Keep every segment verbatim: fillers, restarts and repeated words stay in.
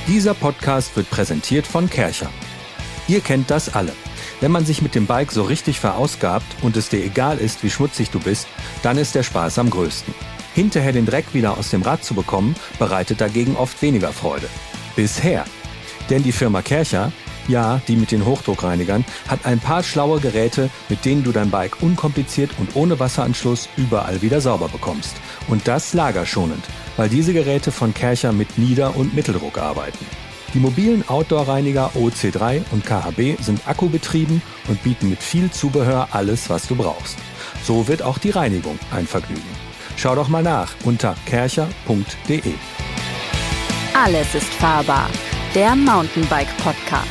Dieser Podcast wird präsentiert von Kärcher. Ihr kennt das alle. Wenn man sich mit dem Bike so richtig verausgabt und es dir egal ist, wie schmutzig du bist, dann ist der Spaß am größten. Hinterher den Dreck wieder aus dem Rad zu bekommen, bereitet dagegen oft weniger Freude. Bisher. Denn die Firma Kärcher, ja, die mit den Hochdruckreinigern, hat ein paar schlaue Geräte, mit denen du dein Bike unkompliziert und ohne Wasseranschluss überall wieder sauber bekommst. Und das lagerschonend, weil diese Geräte von Kärcher mit Nieder- und Mitteldruck arbeiten. Die mobilen Outdoor-Reiniger O C drei und K H B sind akkubetrieben und bieten mit viel Zubehör alles, was du brauchst. So wird auch die Reinigung ein Vergnügen. Schau doch mal nach unter kärcher punkt de. Alles ist fahrbar. Der Mountainbike-Podcast.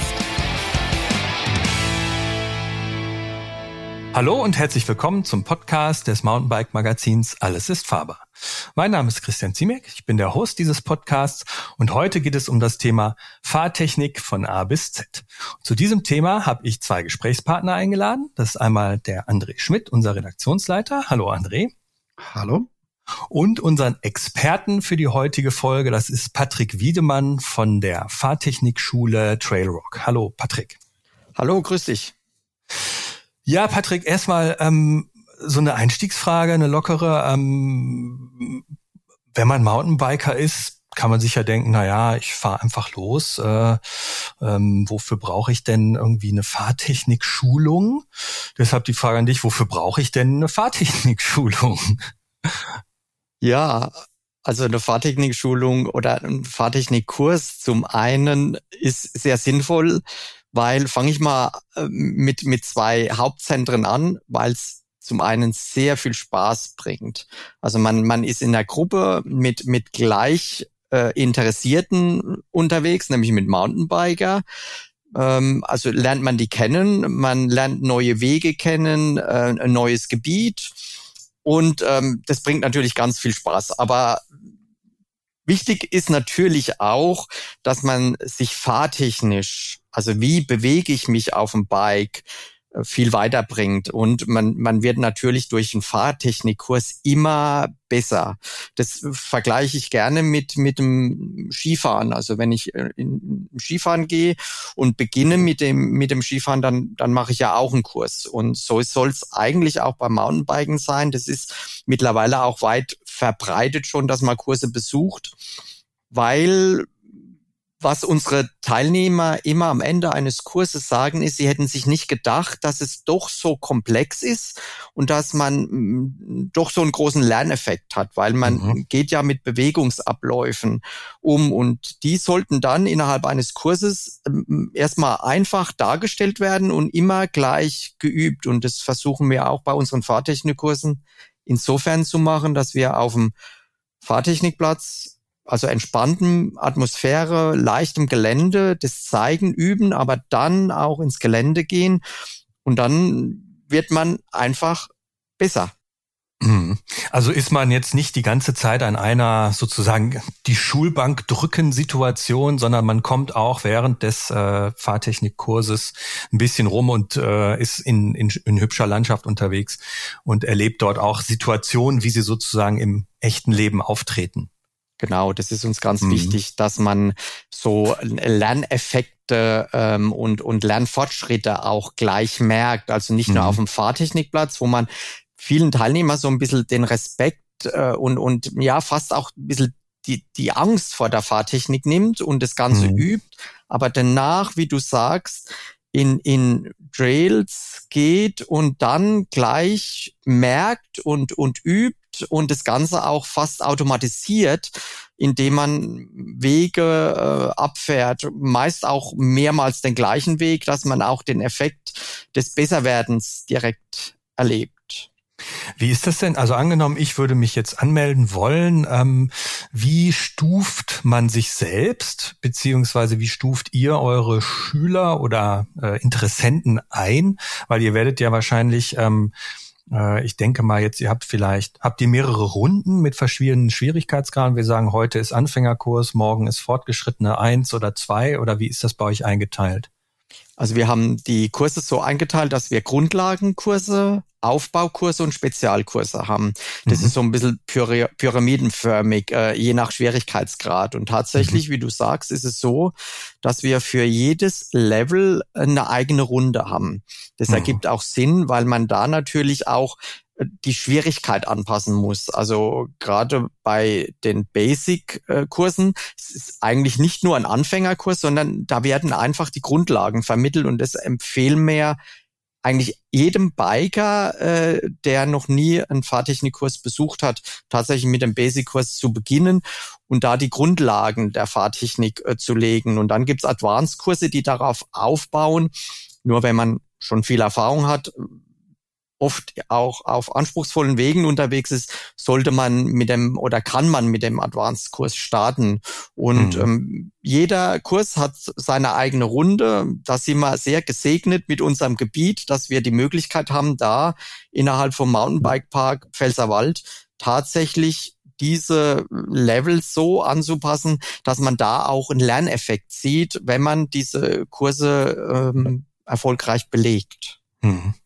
Hallo und herzlich willkommen zum Podcast des Mountainbike-Magazins Alles ist fahrbar. Mein Name ist Christian Ziemek, ich bin der Host dieses Podcasts und heute geht es um das Thema Fahrtechnik von A bis Z. Und zu diesem Thema habe ich zwei Gesprächspartner eingeladen. Das ist einmal der André Schmidt, unser Redaktionsleiter. Hallo André. Hallo. Und unseren Experten für die heutige Folge, das ist Patrick Wiedemann von der Fahrtechnikschule Trailrock. Hallo Patrick. Hallo, grüß dich. Ja, Patrick, erstmal ähm, so eine Einstiegsfrage, eine lockere. Ähm, wenn man Mountainbiker ist, kann man sich ja denken, na ja, ich fahre einfach los. Äh, ähm, wofür brauche ich denn irgendwie eine Fahrtechnikschulung? Deshalb die Frage an dich, wofür brauche ich denn eine Fahrtechnikschulung? Ja, also eine Fahrtechnikschulung oder ein Fahrtechnikkurs zum einen ist sehr sinnvoll, weil fange ich mal mit mit zwei Hauptzentren an, weil es zum einen sehr viel Spaß bringt. Also man man ist in der Gruppe mit mit gleich äh, Interessierten unterwegs, nämlich mit Mountainbiker. Ähm, also lernt man die kennen, man lernt neue Wege kennen, äh, ein neues Gebiet und ähm, das bringt natürlich ganz viel Spaß. Aber wichtig ist natürlich auch, dass man sich fahrtechnisch, also wie bewege ich mich auf dem Bike, viel weiterbringt. Und man man wird natürlich durch einen Fahrtechnikkurs immer besser. Das vergleiche ich gerne mit mit dem Skifahren. Also wenn ich in Skifahren gehe und beginne mit dem mit dem Skifahren, dann dann mache ich ja auch einen Kurs. Und so soll es eigentlich auch beim Mountainbiken sein. Das ist mittlerweile auch weit verbreitet schon, dass man Kurse besucht, weil was unsere Teilnehmer immer am Ende eines Kurses sagen, ist, sie hätten sich nicht gedacht, dass es doch so komplex ist und dass man m, doch so einen großen Lerneffekt hat, weil man mhm. geht ja mit Bewegungsabläufen um und die sollten dann innerhalb eines Kurses m, erstmal einfach dargestellt werden und immer gleich geübt. Und das versuchen wir auch bei unseren Fahrtechnikkursen insofern zu machen, dass wir auf dem Fahrtechnikplatz, also entspanntem Atmosphäre, leichtem Gelände, das zeigen, üben, aber dann auch ins Gelände gehen und dann wird man einfach besser. Also ist man jetzt nicht die ganze Zeit an einer sozusagen die Schulbank drücken Situation, sondern man kommt auch während des äh, Fahrtechnikkurses ein bisschen rum und äh, ist in, in, in hübscher Landschaft unterwegs und erlebt dort auch Situationen, wie sie sozusagen im echten Leben auftreten. Genau, das ist uns ganz mhm. wichtig, dass man so Lerneffekte ähm, und und Lernfortschritte auch gleich merkt. Also nicht mhm. nur auf dem Fahrtechnikplatz, wo man vielen Teilnehmern so ein bisschen den Respekt äh, und und ja fast auch ein bisschen die die Angst vor der Fahrtechnik nimmt und das Ganze mhm. übt. Aber danach, wie du sagst, in in Trails geht und dann gleich merkt und und übt und das Ganze auch fast automatisiert, indem man Wege äh, abfährt, meist auch mehrmals den gleichen Weg, dass man auch den Effekt des Besserwerdens direkt erlebt. Wie ist das denn? Also angenommen, ich würde mich jetzt anmelden wollen. Ähm, wie stuft man sich selbst, beziehungsweise wie stuft ihr eure Schüler oder äh, Interessenten ein? Weil ihr werdet ja wahrscheinlich, ähm, äh, ich denke mal jetzt, ihr habt vielleicht, habt ihr mehrere Runden mit verschiedenen Schwierigkeitsgraden? Wir sagen, heute ist Anfängerkurs, morgen ist fortgeschrittene eins oder zwei, oder wie ist das bei euch eingeteilt? Also wir haben die Kurse so eingeteilt, dass wir Grundlagenkurse Aufbaukurse und Spezialkurse haben. Das mhm. ist so ein bisschen pyra- pyramidenförmig, äh, je nach Schwierigkeitsgrad. Und tatsächlich, mhm. wie du sagst, ist es so, dass wir für jedes Level eine eigene Runde haben. Das mhm. ergibt auch Sinn, weil man da natürlich auch die Schwierigkeit anpassen muss. Also gerade bei den Basic-Kursen, es ist eigentlich nicht nur ein Anfängerkurs, sondern da werden einfach die Grundlagen vermittelt und das empfehlen wir eigentlich jedem Biker, äh, der noch nie einen Fahrtechnikkurs besucht hat, tatsächlich mit dem Basic-Kurs zu beginnen und da die Grundlagen der Fahrtechnik äh, zu legen. Und dann gibt's Advanced-Kurse, die darauf aufbauen. Nur wenn man schon viel Erfahrung hat, oft auch auf anspruchsvollen Wegen unterwegs ist, sollte man mit dem oder kann man mit dem Advanced-Kurs starten. Und mhm. ähm, jeder Kurs hat seine eigene Runde. Da sind wir sehr gesegnet mit unserem Gebiet, dass wir die Möglichkeit haben, da innerhalb vom Mountainbike-Park Pfälzerwald tatsächlich diese Levels so anzupassen, dass man da auch einen Lerneffekt sieht, wenn man diese Kurse ähm, erfolgreich belegt. Mhm.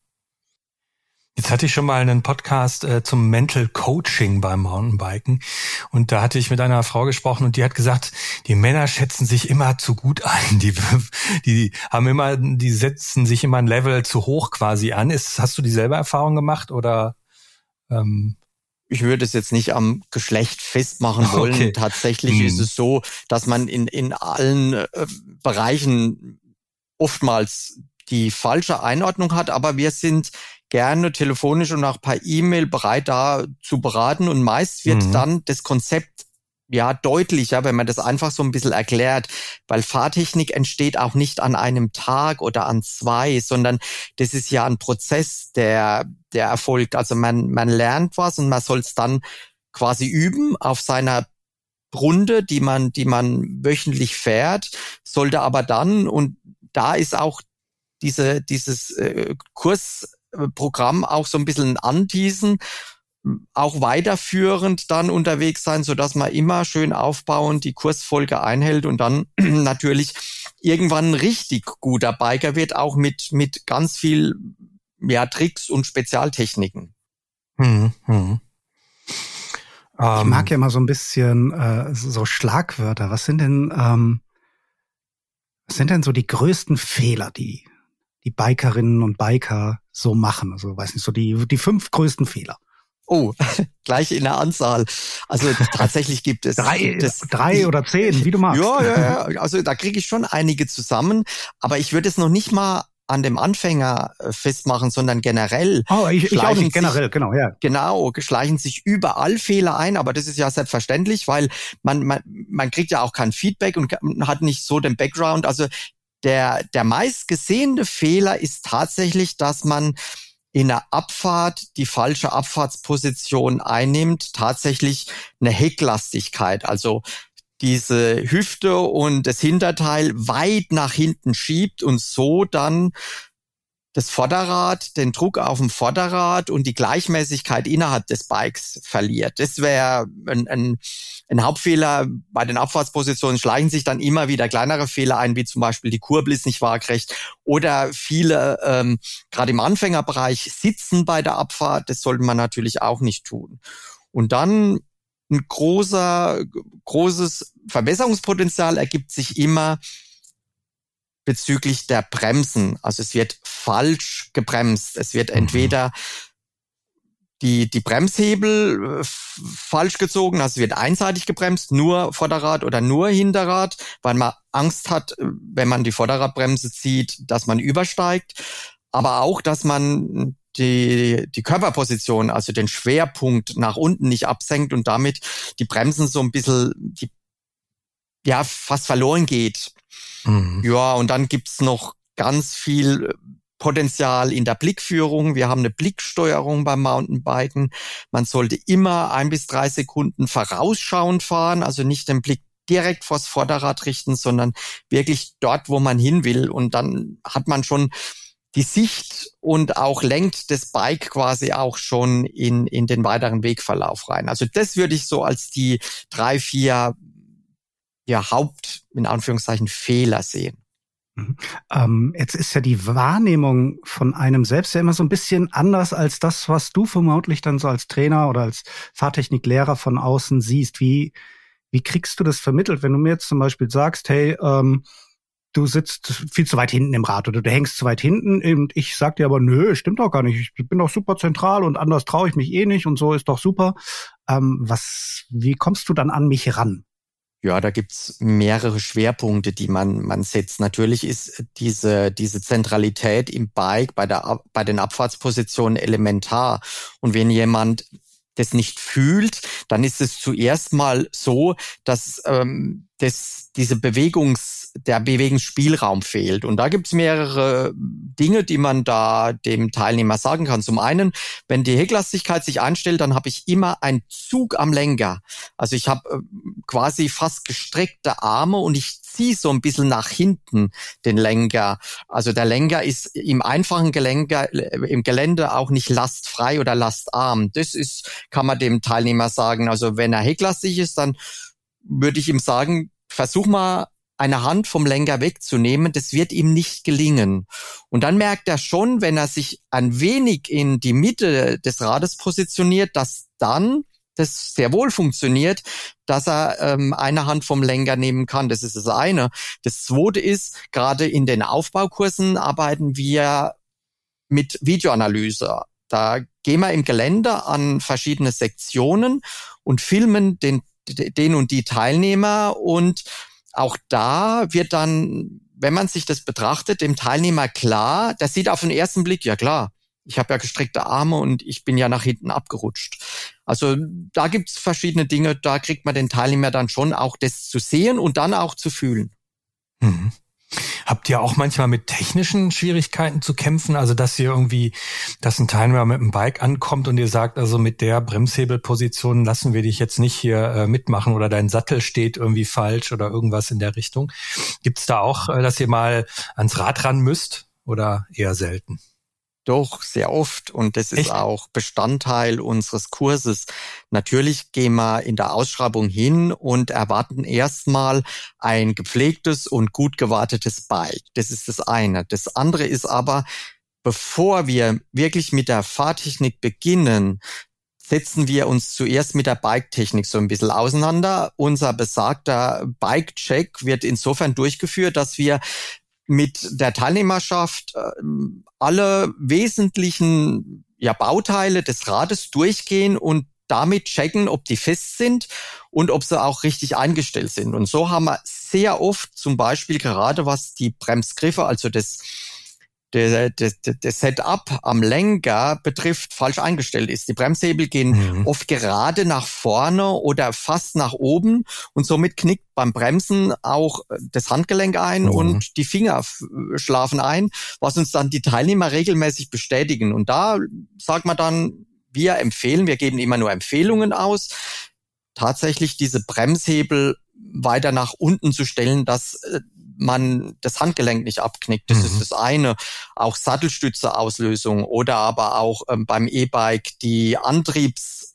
Jetzt hatte ich schon mal einen Podcast äh, zum Mental Coaching beim Mountainbiken und da hatte ich mit einer Frau gesprochen und die hat gesagt, die Männer schätzen sich immer zu gut ein, die die haben immer, die setzen sich immer ein Level zu hoch quasi an. Ist, hast du dieselbe Erfahrung gemacht oder? Ähm Ich würde es jetzt nicht am Geschlecht festmachen wollen. Okay. Tatsächlich hm. ist es so, dass man in in allen äh, Bereichen oftmals die falsche Einordnung hat, aber wir sind gerne telefonisch und auch per E-Mail bereit, da zu beraten. Und meist wird mhm. dann das Konzept ja deutlicher, wenn man das einfach so ein bisschen erklärt, weil Fahrtechnik entsteht auch nicht an einem Tag oder an zwei, sondern das ist ja ein Prozess, der der erfolgt. Also man man lernt was und man soll es dann quasi üben auf seiner Runde, die man die man wöchentlich fährt, sollte aber dann, und da ist auch diese dieses äh, Kurs Programm auch so ein bisschen anteasen, auch weiterführend dann unterwegs sein, so dass man immer schön aufbauend die Kursfolge einhält und dann natürlich irgendwann ein richtig guter Biker wird, auch mit mit ganz viel ja, Tricks und Spezialtechniken. Hm, hm. Ich mag ja immer so ein bisschen äh, so Schlagwörter. Was sind denn ähm, was sind denn so die größten Fehler, die die Bikerinnen und Biker so machen? Also, weiß nicht, so die die fünf größten Fehler. Oh, gleich in der Anzahl. Also tatsächlich gibt es drei, gibt es, drei oder zehn, wie du magst. Ja, ja, ja. Also da kriege ich schon einige zusammen, aber ich würde es noch nicht mal an dem Anfänger festmachen, sondern generell. Oh, ich, ich auch nicht, generell, sich, genau, ja. Genau, schleichen sich überall Fehler ein, aber das ist ja selbstverständlich, weil man man man kriegt ja auch kein Feedback und hat nicht so den Background. Also der der meistgesehene Fehler ist tatsächlich, dass man in der Abfahrt die falsche Abfahrtsposition einnimmt, tatsächlich eine Hecklastigkeit, also diese Hüfte und das Hinterteil weit nach hinten schiebt und so dann das Vorderrad, den Druck auf dem Vorderrad und die Gleichmäßigkeit innerhalb des Bikes verliert. Das wäre ein, ein, ein Hauptfehler. Bei den Abfahrtspositionen schleichen sich dann immer wieder kleinere Fehler ein, wie zum Beispiel die Kurbel ist nicht waagrecht oder viele, ähm, gerade im Anfängerbereich, sitzen bei der Abfahrt. Das sollte man natürlich auch nicht tun. Und dann ein großer, großes Verbesserungspotenzial ergibt sich immer bezüglich der Bremsen. Also es wird falsch gebremst. Es wird entweder die die Bremshebel f- falsch gezogen, also es wird einseitig gebremst, nur Vorderrad oder nur Hinterrad, weil man Angst hat, wenn man die Vorderradbremse zieht, dass man übersteigt. Aber auch, dass man die die Körperposition, also den Schwerpunkt nach unten nicht absenkt und damit die Bremsen so ein bisschen die ja fast verloren geht. Mhm. Ja, und dann gibt's noch ganz viel Potenzial in der Blickführung. Wir haben eine Blicksteuerung beim Mountainbiken. Man sollte immer ein bis drei Sekunden vorausschauend fahren, also nicht den Blick direkt vors Vorderrad richten, sondern wirklich dort, wo man hin will. Und dann hat man schon die Sicht und auch lenkt das Bike quasi auch schon in in den weiteren Wegverlauf rein. Also das würde ich so als die drei, vier ja Haupt, in Anführungszeichen, Fehler sehen. Mhm. Ähm, jetzt ist ja die Wahrnehmung von einem selbst ja immer so ein bisschen anders als das, was du vermutlich dann so als Trainer oder als Fahrtechniklehrer von außen siehst. Wie, wie kriegst du das vermittelt, wenn du mir jetzt zum Beispiel sagst, hey, ähm, du sitzt viel zu weit hinten im Rad oder du hängst zu weit hinten und ich sag dir aber, nö, stimmt doch gar nicht, ich bin doch super zentral und anders traue ich mich eh nicht und so ist doch super. Ähm, was, wie kommst du dann an mich ran? Ja, da gibt's mehrere Schwerpunkte, die man man setzt. Natürlich ist diese diese Zentralität im Bike bei der bei den Abfahrtspositionen elementar. Und wenn jemand das nicht fühlt, dann ist es zuerst mal so, dass ähm, das, diese Bewegungs, der Bewegungsspielraum fehlt. Und da gibt's mehrere Dinge, die man da dem Teilnehmer sagen kann. Zum einen, wenn die Hecklastigkeit sich einstellt, dann habe ich immer einen Zug am Lenker. Also ich habe äh, quasi fast gestreckte Arme und ich ziehe so ein bisschen nach hinten den Lenker. Also der Lenker ist im einfachen Gelenker, im Gelände auch nicht lastfrei oder lastarm. Das ist, kann man dem Teilnehmer sagen. Also wenn er hecklastig ist, dann würde ich ihm sagen, versuch mal eine Hand vom Lenker wegzunehmen, das wird ihm nicht gelingen. Und dann merkt er schon, wenn er sich ein wenig in die Mitte des Rades positioniert, dass dann das sehr wohl funktioniert, dass er ähm, eine Hand vom Lenker nehmen kann. Das ist das eine. Das zweite ist, gerade in den Aufbaukursen arbeiten wir mit Videoanalyse. Da gehen wir im Gelände an verschiedene Sektionen und filmen den, den und die Teilnehmer. Und auch da wird dann, wenn man sich das betrachtet, dem Teilnehmer klar, der sieht auf den ersten Blick, ja klar, ich habe ja gestreckte Arme und ich bin ja nach hinten abgerutscht. Also da gibt's verschiedene Dinge, da kriegt man den Teilnehmer dann schon auch das zu sehen und dann auch zu fühlen. Mhm. Habt ihr auch manchmal mit technischen Schwierigkeiten zu kämpfen? Also dass ihr irgendwie, dass ein Teilnehmer mit dem Bike ankommt und ihr sagt, also mit der Bremshebelposition lassen wir dich jetzt nicht hier äh, mitmachen oder dein Sattel steht irgendwie falsch oder irgendwas in der Richtung. Gibt's da auch, äh, dass ihr mal ans Rad ran müsst oder eher selten? Doch, sehr oft. Und das ist Echt? auch Bestandteil unseres Kurses. Natürlich gehen wir in der Ausschreibung hin und erwarten erstmal ein gepflegtes und gut gewartetes Bike. Das ist das eine. Das andere ist aber, bevor wir wirklich mit der Fahrtechnik beginnen, setzen wir uns zuerst mit der Bike-Technik so ein bisschen auseinander. Unser besagter Bike-Check wird insofern durchgeführt, dass wir mit der Teilnehmerschaft äh, alle wesentlichen ja, Bauteile des Rades durchgehen und damit checken, ob die fest sind und ob sie auch richtig eingestellt sind. Und so haben wir sehr oft zum Beispiel gerade was die Bremsgriffe, also das Das, das, das Setup am Lenker betrifft, falsch eingestellt ist. Die Bremshebel gehen mhm. oft gerade nach vorne oder fast nach oben und somit knickt beim Bremsen auch das Handgelenk ein mhm. und die Finger schlafen ein, was uns dann die Teilnehmer regelmäßig bestätigen. Und da sagt man dann, wir empfehlen, wir geben immer nur Empfehlungen aus, tatsächlich diese Bremshebel weiter nach unten zu stellen, dass man das Handgelenk nicht abknickt. Das mhm. ist das eine. Auch Sattelstütze-Auslösung oder aber auch ähm, beim E-Bike die Antriebs,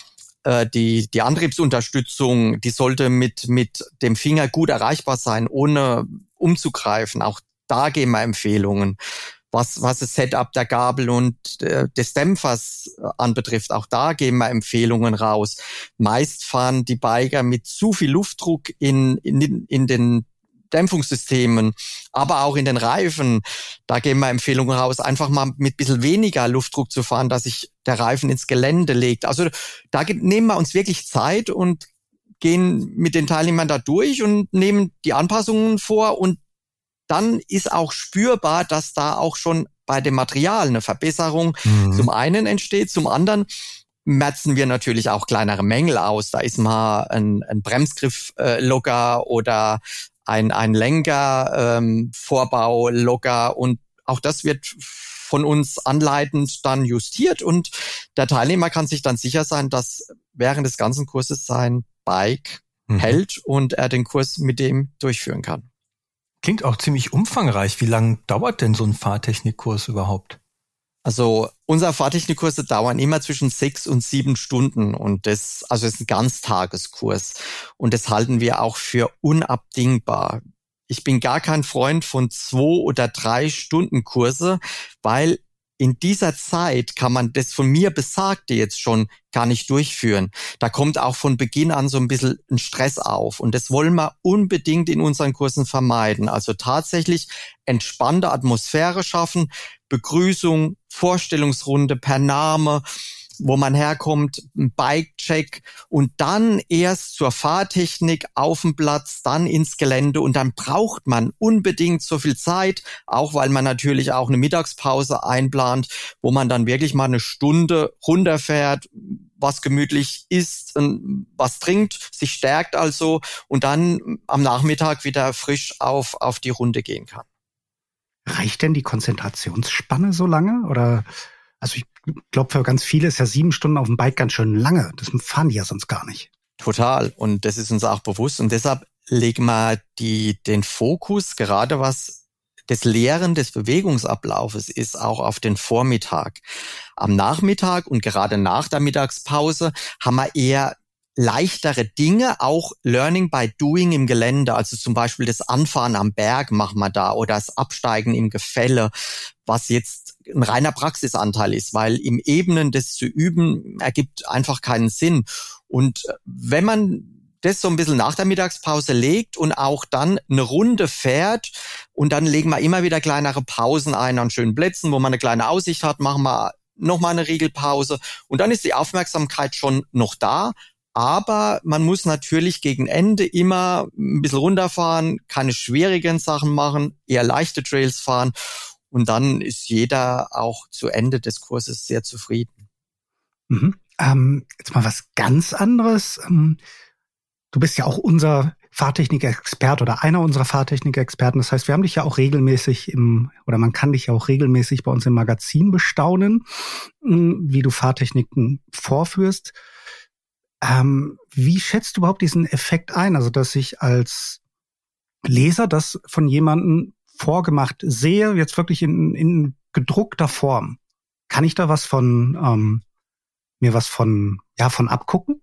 äh, die die Antriebsunterstützung, die sollte mit mit dem Finger gut erreichbar sein, ohne umzugreifen. Auch da geben wir Empfehlungen. Was was das Setup der Gabel und äh, des Dämpfers äh, anbetrifft, auch da geben wir Empfehlungen raus. Meist fahren die Biker mit zu viel Luftdruck in in in den Dämpfungssystemen, aber auch in den Reifen. Da geben wir Empfehlungen raus, einfach mal mit ein bisschen weniger Luftdruck zu fahren, dass sich der Reifen ins Gelände legt. Also da nehmen wir uns wirklich Zeit und gehen mit den Teilnehmern da durch und nehmen die Anpassungen vor und dann ist auch spürbar, dass da auch schon bei dem Material eine Verbesserung mhm. zum einen entsteht, zum anderen merzen wir natürlich auch kleinere Mängel aus. Da ist mal ein, ein Bremsgriff äh, locker oder ein, ein Lenker, ähm, Vorbau locker und auch das wird von uns anleitend dann justiert und der Teilnehmer kann sich dann sicher sein, dass während des ganzen Kurses sein Bike mhm. hält und er den Kurs mit dem durchführen kann. Klingt auch ziemlich umfangreich. Wie lange dauert denn so ein Fahrtechnikkurs überhaupt? Also unsere Fahrtechnikkurse dauern immer zwischen sechs und sieben Stunden und das, also es ist ein Ganztageskurs und das halten wir auch für unabdingbar. ich bin gar kein Freund von zwei oder drei Stunden Kurse, weil in dieser Zeit kann man das von mir Besagte jetzt schon gar nicht durchführen. Da kommt auch von Beginn an so ein bisschen ein Stress auf. Und das wollen wir unbedingt in unseren Kursen vermeiden. Also tatsächlich entspannte Atmosphäre schaffen, Begrüßung, Vorstellungsrunde per Name, wo man herkommt, ein Bike-Check und dann erst zur Fahrtechnik auf dem Platz, dann ins Gelände und dann braucht man unbedingt so viel Zeit, auch weil man natürlich auch eine Mittagspause einplant, wo man dann wirklich mal eine Stunde runterfährt, was gemütlich isst, was trinkt, sich stärkt also und dann am Nachmittag wieder frisch auf, auf die Runde gehen kann. Reicht denn die Konzentrationsspanne so lange oder? Also ich glaube, für ganz viele ist ja sieben Stunden auf dem Bike ganz schön lange. Das fahren die ja sonst gar nicht. Total. Und das ist uns auch bewusst. Und deshalb legen wir die, den Fokus, gerade was das Lehren des Bewegungsablaufes ist, auch auf den Vormittag. Am Nachmittag und gerade nach der Mittagspause haben wir eher leichtere Dinge, auch Learning by Doing im Gelände, also zum Beispiel das Anfahren am Berg machen wir da oder das Absteigen im Gefälle, was jetzt ein reiner Praxisanteil ist, weil im Ebenen das zu üben ergibt einfach keinen Sinn. Und wenn man das so ein bisschen nach der Mittagspause legt und auch dann eine Runde fährt und dann legen wir immer wieder kleinere Pausen ein an schönen Plätzen, wo man eine kleine Aussicht hat, machen wir nochmal eine Regelpause und dann ist die Aufmerksamkeit schon noch da. Aber man muss natürlich gegen Ende immer ein bisschen runterfahren, keine schwierigen Sachen machen, eher leichte Trails fahren. Und dann ist jeder auch zu Ende des Kurses sehr zufrieden. Mhm. Ähm, jetzt mal was ganz anderes. Ähm, du bist ja auch unser Fahrtechnik-Experte oder einer unserer Fahrtechnik-Experten. Das heißt, wir haben dich ja auch regelmäßig im, oder man kann dich ja auch regelmäßig bei uns im Magazin bestaunen, wie du Fahrtechniken vorführst. Ähm, wie schätzt du überhaupt diesen Effekt ein? Also, dass ich als Leser das von jemandem vorgemacht sehe, jetzt wirklich in, in gedruckter Form. Kann ich da was von, ähm, mir was von, ja, von abgucken?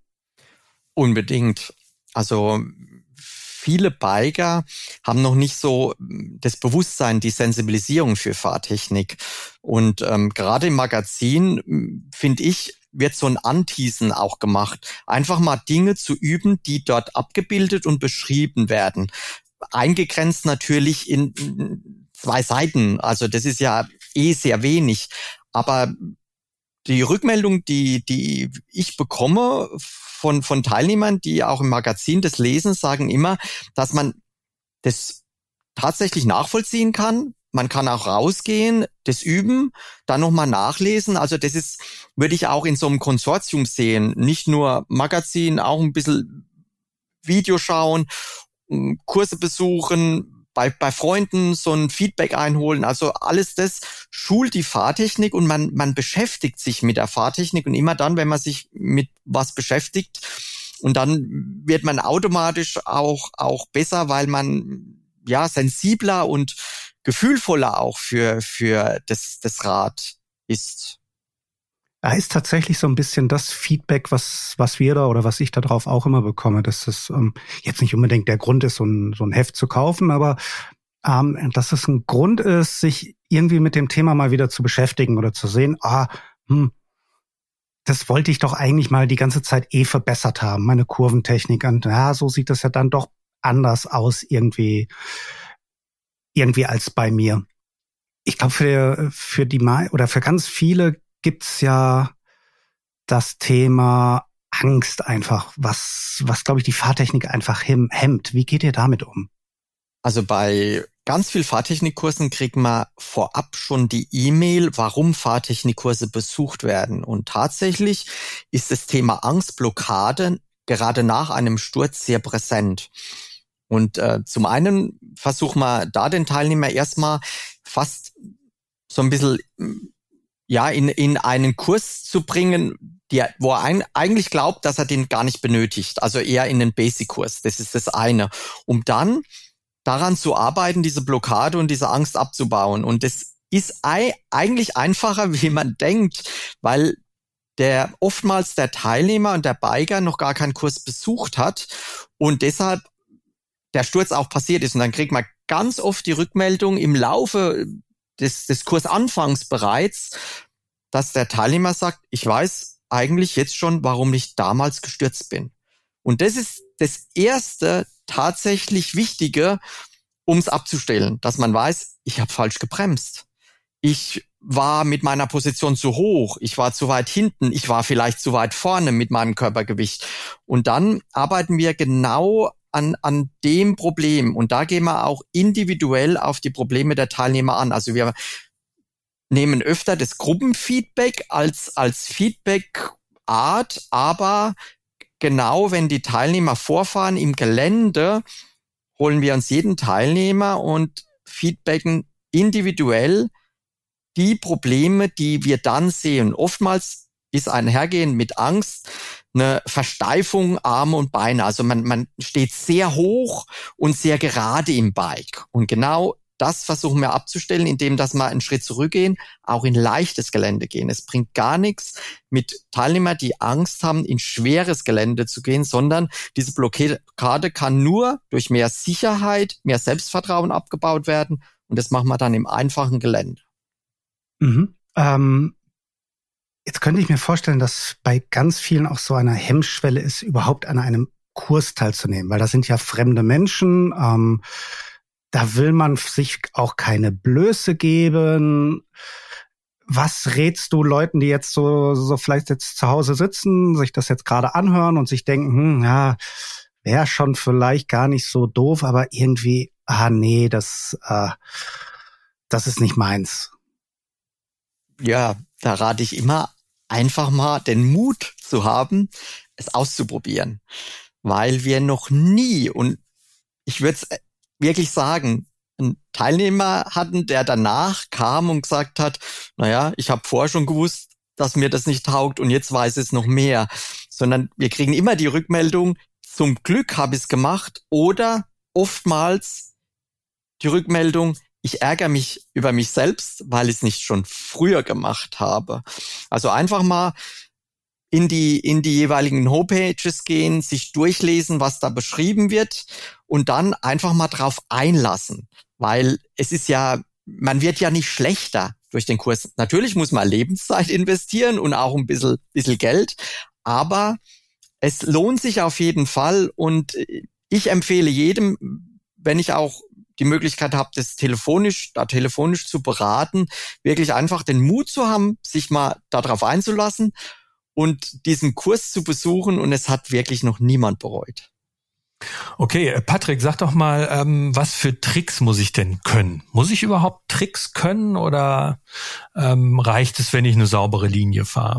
Unbedingt. Also, viele Biker haben noch nicht so das Bewusstsein, die Sensibilisierung für Fahrtechnik. Und ähm, gerade im Magazin, finde ich, wird so ein Anteasen auch gemacht. Einfach mal Dinge zu üben, die dort abgebildet und beschrieben werden. Eingegrenzt natürlich in zwei Seiten. Also das ist ja eh sehr wenig. Aber die Rückmeldung, die die ich bekomme von von Teilnehmern, die auch im Magazin das lesen, sagen immer, dass man das tatsächlich nachvollziehen kann. Man kann auch rausgehen, das üben, dann nochmal nachlesen. Also das ist, würde ich auch in so einem Konsortium sehen. Nicht nur Magazin, auch ein bisschen Video schauen, Kurse besuchen, bei, bei Freunden so ein Feedback einholen. Also alles das schult die Fahrtechnik und man, man beschäftigt sich mit der Fahrtechnik. Und immer dann, wenn man sich mit was beschäftigt, und dann wird man automatisch auch, auch besser, weil man ja sensibler und gefühlvoller auch für für das das Rad ist. Da ist tatsächlich so ein bisschen das Feedback, was was wir da oder was ich da drauf auch immer bekomme, dass das ähm, jetzt nicht unbedingt der Grund ist, so ein so ein Heft zu kaufen, aber ähm, dass es ein Grund ist, sich irgendwie mit dem Thema mal wieder zu beschäftigen oder zu sehen, ah, hm, das wollte ich doch eigentlich mal die ganze Zeit eh verbessert haben, meine Kurventechnik. Und ja, so sieht das ja dann doch anders aus irgendwie. irgendwie als bei mir. Ich glaube, für, für die oder für ganz viele gibt's ja das Thema Angst einfach, was, was glaube ich, die Fahrtechnik einfach hemmt. Wie geht ihr damit um? Also bei ganz viel Fahrtechnikkursen kriegt man vorab schon die E-Mail, warum Fahrtechnikkurse besucht werden. Und tatsächlich ist das Thema Angstblockade gerade nach einem Sturz sehr präsent. Und äh, zum einen versuchen wir da den Teilnehmer erstmal fast so ein bisschen ja in in einen Kurs zu bringen, der, wo er ein, eigentlich glaubt, dass er den gar nicht benötigt. Also eher in den Basic-Kurs. Das ist das eine. Um dann daran zu arbeiten, diese Blockade und diese Angst abzubauen. Und das ist eigentlich einfacher, wie man denkt, weil der oftmals der Teilnehmer und der Biker noch gar keinen Kurs besucht hat und deshalb der Sturz auch passiert ist. Und dann kriegt man ganz oft die Rückmeldung im Laufe des, des Kursanfangs bereits, dass der Teilnehmer sagt, ich weiß eigentlich jetzt schon, warum ich damals gestürzt bin. Und das ist das erste tatsächlich Wichtige, um es abzustellen, dass man weiß, ich habe falsch gebremst. Ich war mit meiner Position zu hoch, ich war zu weit hinten, ich war vielleicht zu weit vorne mit meinem Körpergewicht. Und dann arbeiten wir genau an, an dem Problem. Und da gehen wir auch individuell auf die Probleme der Teilnehmer an. Also wir nehmen öfter das Gruppenfeedback als, als Feedback-Art, aber genau wenn die Teilnehmer vorfahren im Gelände, holen wir uns jeden Teilnehmer und feedbacken individuell die Probleme, die wir dann sehen. Oftmals ist einhergehend mit Angst eine Versteifung Arme und Beine. Also man, man steht sehr hoch und sehr gerade im Bike. Und genau das versuchen wir abzustellen, indem dass wir einen Schritt zurückgehen, auch in leichtes Gelände gehen. Es bringt gar nichts mit Teilnehmern, die Angst haben, in schweres Gelände zu gehen, sondern diese Blockade kann nur durch mehr Sicherheit, mehr Selbstvertrauen abgebaut werden. Und das machen wir dann im einfachen Gelände. Mhm. Ähm, jetzt könnte ich mir vorstellen, dass bei ganz vielen auch so eine Hemmschwelle ist, überhaupt an einem Kurs teilzunehmen, weil das sind ja fremde Menschen, ähm, da will man sich auch keine Blöße geben. Was rätst du Leuten, die jetzt so, so vielleicht jetzt zu Hause sitzen, sich das jetzt gerade anhören und sich denken, hm, ja, wäre schon vielleicht gar nicht so doof, aber irgendwie, ah nee, das, äh, das ist nicht meins. Ja, da rate ich immer, einfach mal den Mut zu haben, es auszuprobieren. Weil wir noch nie, und ich würde es wirklich sagen, einen Teilnehmer hatten, der danach kam und gesagt hat, naja, ich habe vorher schon gewusst, dass mir das nicht taugt und jetzt weiß es noch mehr. Sondern wir kriegen immer die Rückmeldung, zum Glück habe ich es gemacht, oder oftmals die Rückmeldung, ich ärgere mich über mich selbst, weil ich es nicht schon früher gemacht habe. Also einfach mal in die, in die jeweiligen Homepages gehen, sich durchlesen, was da beschrieben wird und dann einfach mal drauf einlassen. Weil es ist ja, man wird ja nicht schlechter durch den Kurs. Natürlich muss man Lebenszeit investieren und auch ein bisschen, bisschen Geld, aber es lohnt sich auf jeden Fall und ich empfehle jedem, wenn ich auch die Möglichkeit habe, das telefonisch, da telefonisch zu beraten, wirklich einfach den Mut zu haben, sich mal darauf einzulassen und diesen Kurs zu besuchen, und es hat wirklich noch niemand bereut. Okay, Patrick, sag doch mal, ähm, was für Tricks muss ich denn können? Muss ich überhaupt Tricks können oder ähm, reicht es, wenn ich eine saubere Linie fahre?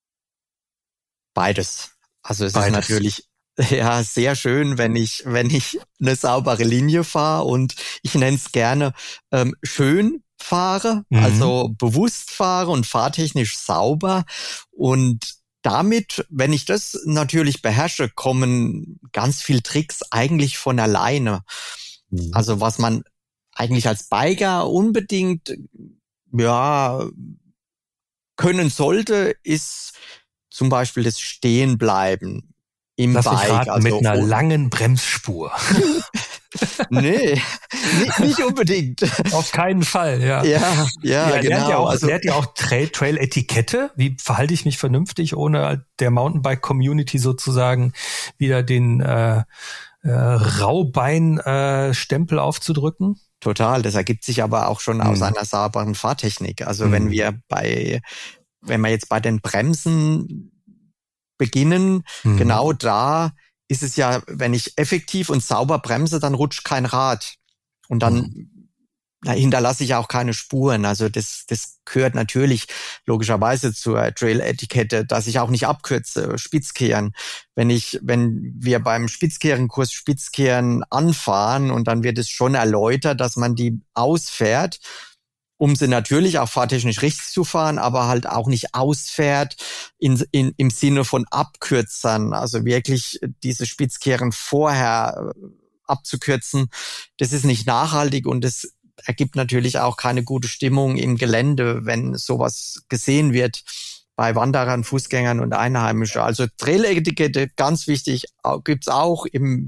Beides. Also es Beides. ist natürlich ja sehr schön, wenn ich wenn ich eine saubere Linie fahre, und ich nenne es gerne ähm, schön fahre, mhm. also bewusst fahre und fahrtechnisch sauber. Und damit, wenn ich das natürlich beherrsche, kommen ganz viel Tricks eigentlich von alleine. Mhm. Also was man eigentlich als Biker unbedingt ja können sollte, ist zum Beispiel das Stehenbleiben im Lass Bike. mich raten, also mit einer langen Bremsspur. Nee, nicht, nicht unbedingt. Auf keinen Fall, ja. Ja, ja, ja genau. Lernt ihr auch, also, lernt ihr auch Trail, Trail-Etikette? Wie verhalte ich mich vernünftig, ohne der Mountainbike-Community sozusagen wieder den äh, äh, Raubein-Stempel äh, aufzudrücken? Total, das ergibt sich aber auch schon aus mhm. einer sauberen Fahrtechnik. Also mhm. wenn wir bei, wenn wir jetzt bei den Bremsen beginnen, mhm. genau da ist es ja, wenn ich effektiv und sauber bremse, dann rutscht kein Rad. Und dann mhm. da hinterlasse ich auch keine Spuren. Also das, das gehört natürlich logischerweise zur Trail-Etikette, dass ich auch nicht abkürze, Spitzkehren. Wenn ich, wenn wir beim Spitzkehrenkurs Spitzkehren anfahren und dann wird es schon erläutert, dass man die ausfährt, um sie natürlich auch fahrtechnisch richtig zu fahren, aber halt auch nicht ausfährt in, in, im Sinne von Abkürzern. Also wirklich diese Spitzkehren vorher abzukürzen, das ist nicht nachhaltig und das ergibt natürlich auch keine gute Stimmung im Gelände, wenn sowas gesehen wird bei Wanderern, Fußgängern und Einheimischen. Also Trail-Etikette, ganz wichtig, gibt's auch im